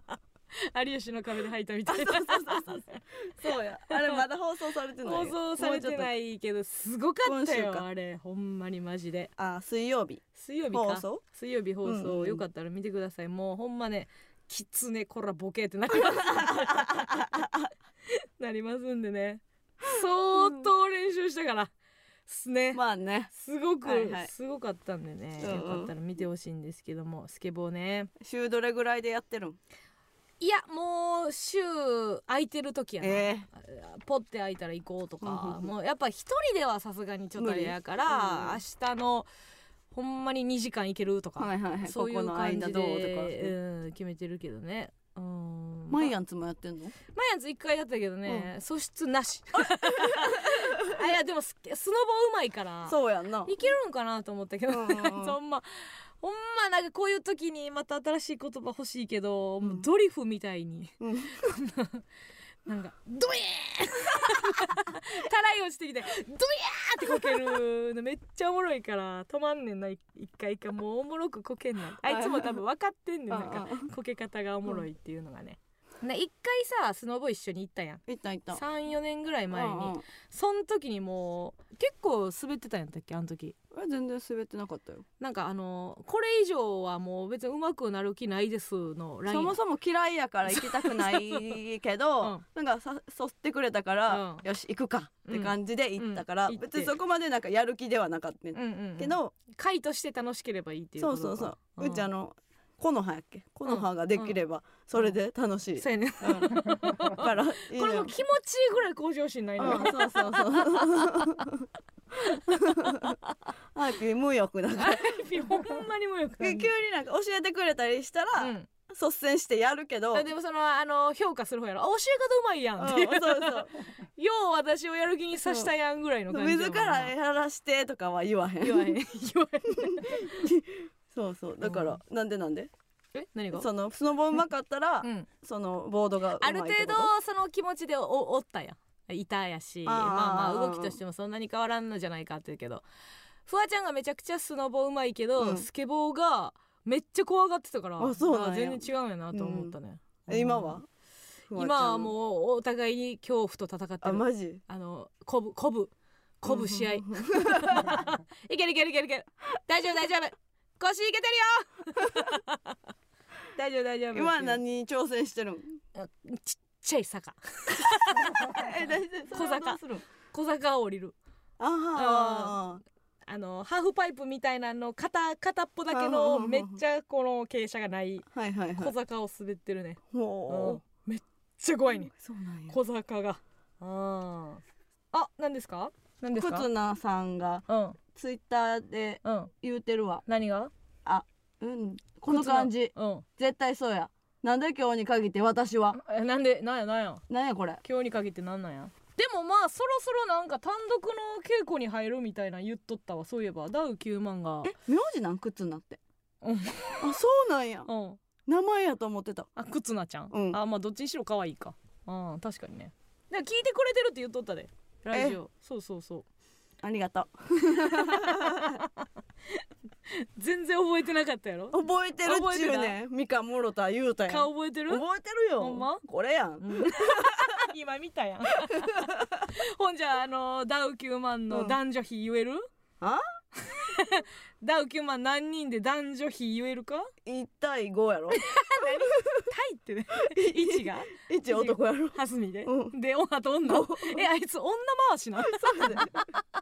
有吉の壁で吐いたみたいな。 そうそうそうそうそうや、あれまだ放送されてない。 放送されてないけどすごかったよ今週かあれ、ほんまにマジで。 あ、水曜日水曜日か、 放送水曜日放送、 うんうん、 よかったら見てください。もうほんまね、キツネこらボケってなりますなりますんでね、相当練習したからすね。 まあね、 すごく、 はいはい、 すごかったんでね、 うんうん、 よかったら見てほしいんですけども、スケボーね。 週どれぐらいでやってるん？ いやもう週空いてる時やな、 えー、ポッて空いたら行こうとか、 うん、 もうやっぱ一人ではさすがにちょっとあれやから、うん、明日のほんまににじかん行けるとか、 はいはいはい、 そういう感じで、 ここの間どうとか、 うん、決めてるけどね。うん、 マイアンツもやってんの？ マイアンツ一回やったけどね、 うん、 素質なしあ、いやでもスノボうまいからそうやんな、 いけるんかなと思ったけど、ね、 うんうんうん、 そんまほんまなんかこういう時にまた新しい言葉欲しいけど、 うん、 もうドリフみたいに、うん、なんかドエーたらい落ちてきてドヤーってこけるのめっちゃおもろいから止まんねんな。一回一回もうおもろくこけんない。あいつも多分分かってんねん、なんかこけ方がおもろいっていうのがね。ね、一回さスノボ一緒に行ったやん。 行った行った。 さんよねんぐらい前に、 うんうん、 そん時にもう結構滑ってたんやったっけあの時。 全然滑ってなかったよ。 なんかあのこれ以上はもう別に上手くなる気ないですのライン。 そもそも嫌いやから行きたくないけど、うん、なんかさ誘ってくれたから、うん、よし行くかって感じで行ったから、うん、別にそこまでなんかやる気ではなかったん、うんうんうん、けど会として楽しければいいっていうことか。 そうそうそう、うん、うちあの木の葉やっけ木の葉ができればそれで楽しい、うん、 そうやね、 うん、からいいこれも気持ちいいぐらい向上心ないのよ、 うん、そうそうそうあーピー無欲だからピーほんまに無欲急になんか教えてくれたりしたら、うん、率先してやるけど、 でもそのあの評価する方やろ、教え方うまいやんっていう、うん、そうそうよう私をやる気にさしたやんぐらいの感じ、 自らやらしてとかは言わへん言わへん言わへんそうそう、だから、うん、なんでなんでえ何がそのスノボうまかったら、うん、そのボードがうまいってこと？ ある程度その気持ちで お, おったやんいたやし、あまあまあ動きとしてもそんなに変わらんのじゃないかって言うけど、フワちゃんがめちゃくちゃスノボうまいけど、うん、スケボーがめっちゃ怖がってたから、 あそうなんや、 全然違うんやなと思ったね、 うん、え今は今はもうお互いに恐怖と戦ってる。 あマジ？ あのこぶこぶこぶ試合いけるいけるいけるいける大丈夫大丈夫腰いけてるよ大丈夫大丈夫。 今何に挑戦してるん？ ちっちゃい坂え小坂小坂を降りる。 ああのハーフパイプみたいなの 片, 片っぽだけのめっちゃこの傾斜がない小坂を滑ってるね。 ほうめっちゃ怖いね。 そうなんや。 小坂がああ何ですか何ですか。 忽那さんが、うん、ツイッターで言うてるわ、 うん、何があうんこの感じ、うん、絶対そうや。なんで今日に限って私はえなんでなんやなんやなんやこれ今日に限ってなんなんや。でもまあそろそろなんか単独の稽古に入るみたいな言っとったわ。そういえばダウきゅうまんがえ名字なん忽那って、うん、あそうなんや、うん、名前やと思ってた。 あ忽那ちゃん、 うん、 あまあどっちにしろ可愛いか。あ確かにね。で聞いてくれてるって言っとったでラジオ。そうそうそうありがとう全然覚えてなかったやろ。 覚えてるっちゅうねん。みかんもろた言うたやん。 顔覚えてる？ 覚えてるよ。 ほんま？ これやん、うん、 今見たやんほんじゃあのダウきゅうまんの男女比言える？ あダウきゅうまん何人で男女比言えるか？ いちたいごやろ何対ってねいちがいち男やろはすみで、うん、であと女えあいつ女回しなそうだ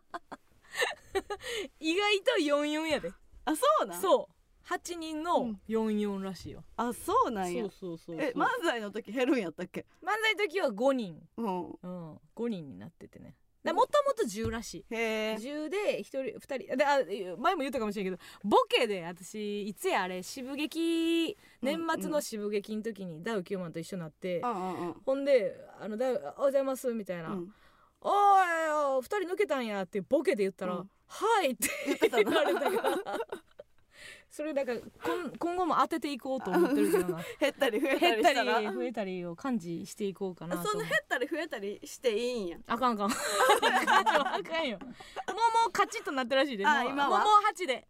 意外とよんじゅうよんやで。 あそうなん。 そうはちにんのよんじゅうよんらしいよ、 うん、あそうなんや。 そうそうそうそう。 え漫才の時減るんやったっけ？ 漫才の時はごにん、 うんうん、ごにんになっててね。もともとじゅうらしい。 へーじゅうでひとりふたりで、あ前も言ったかもしれんけどボケで私いつやあれ渋劇年末の渋劇の時にダウきゅうまんと一緒になって、うんうん、ほんであのダウおはようございますみたいな、うん、おいふたり抜けたんやってボケで言ったら、うん、はいって言われたからそれだから今後も当てていこうと思ってるけどな減ったり増えたりしたら減ったり増えたりを感じしていこうかなと。 そんな減ったり増えたりしていいんや。 あかんあかんあかんよ。もうもうカチッとなってるらしいで。 あ今はもうもうはちで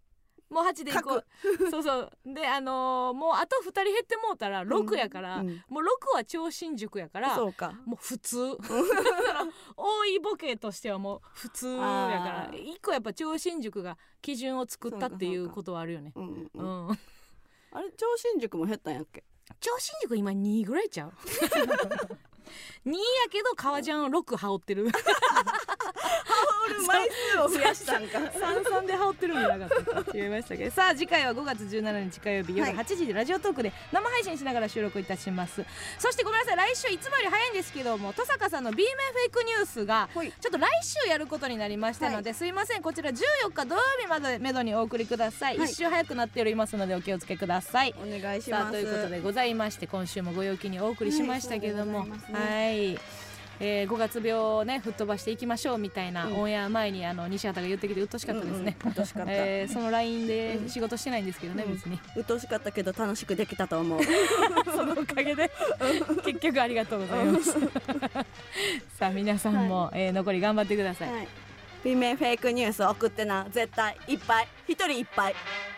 もうはちでいこうそうそうであのー、もうあとふたり減ってもうたらろくやから、うんうん、もうろくは超新塾やからそうかもう普通多いボケとしてはもう普通やからいっこやっぱ超新塾が基準を作ったっていうことはあるよね。うん、うんうん、 あれ超新塾も減ったんやっけ。 超新塾今にぐらいちゃうにやけど革ジャンろく羽織ってる羽織る枚数を増やしたんかさんさんで羽織ってるんじゃなかったか言いましたけどさあ次回はごがつじゅうしちにち火曜日夜はちじでラジオトークで生配信しながら収録いたします。そしてごめんなさい来週いつもより早いんですけども登坂さんの B 面フェイクニュースがちょっと来週やることになりましたので、はい、すいませんこちらじゅうよっか土曜日までめどにお送りください、はい、一週早くなっておりますのでお気をつけください。 お願いします。さあということでございまして今週もご陽気にお送りしましたけども、はいはい、えー、ごがつ病をね吹っ飛ばしていきましょうみたいな、うん、オンエア前にあの西畑が言ってきてうっとしかったですね、 うんうん、うっとしかった、 えー、その ライン で仕事してないんですけどね、うん、別にうっとしかったけど楽しくできたと思うそのおかげで結局ありがとうございますさあ皆さんも、はい、えー、残り頑張ってください、はい、 B 面フェイクニュース送ってな絶対いっぱい一人いっぱい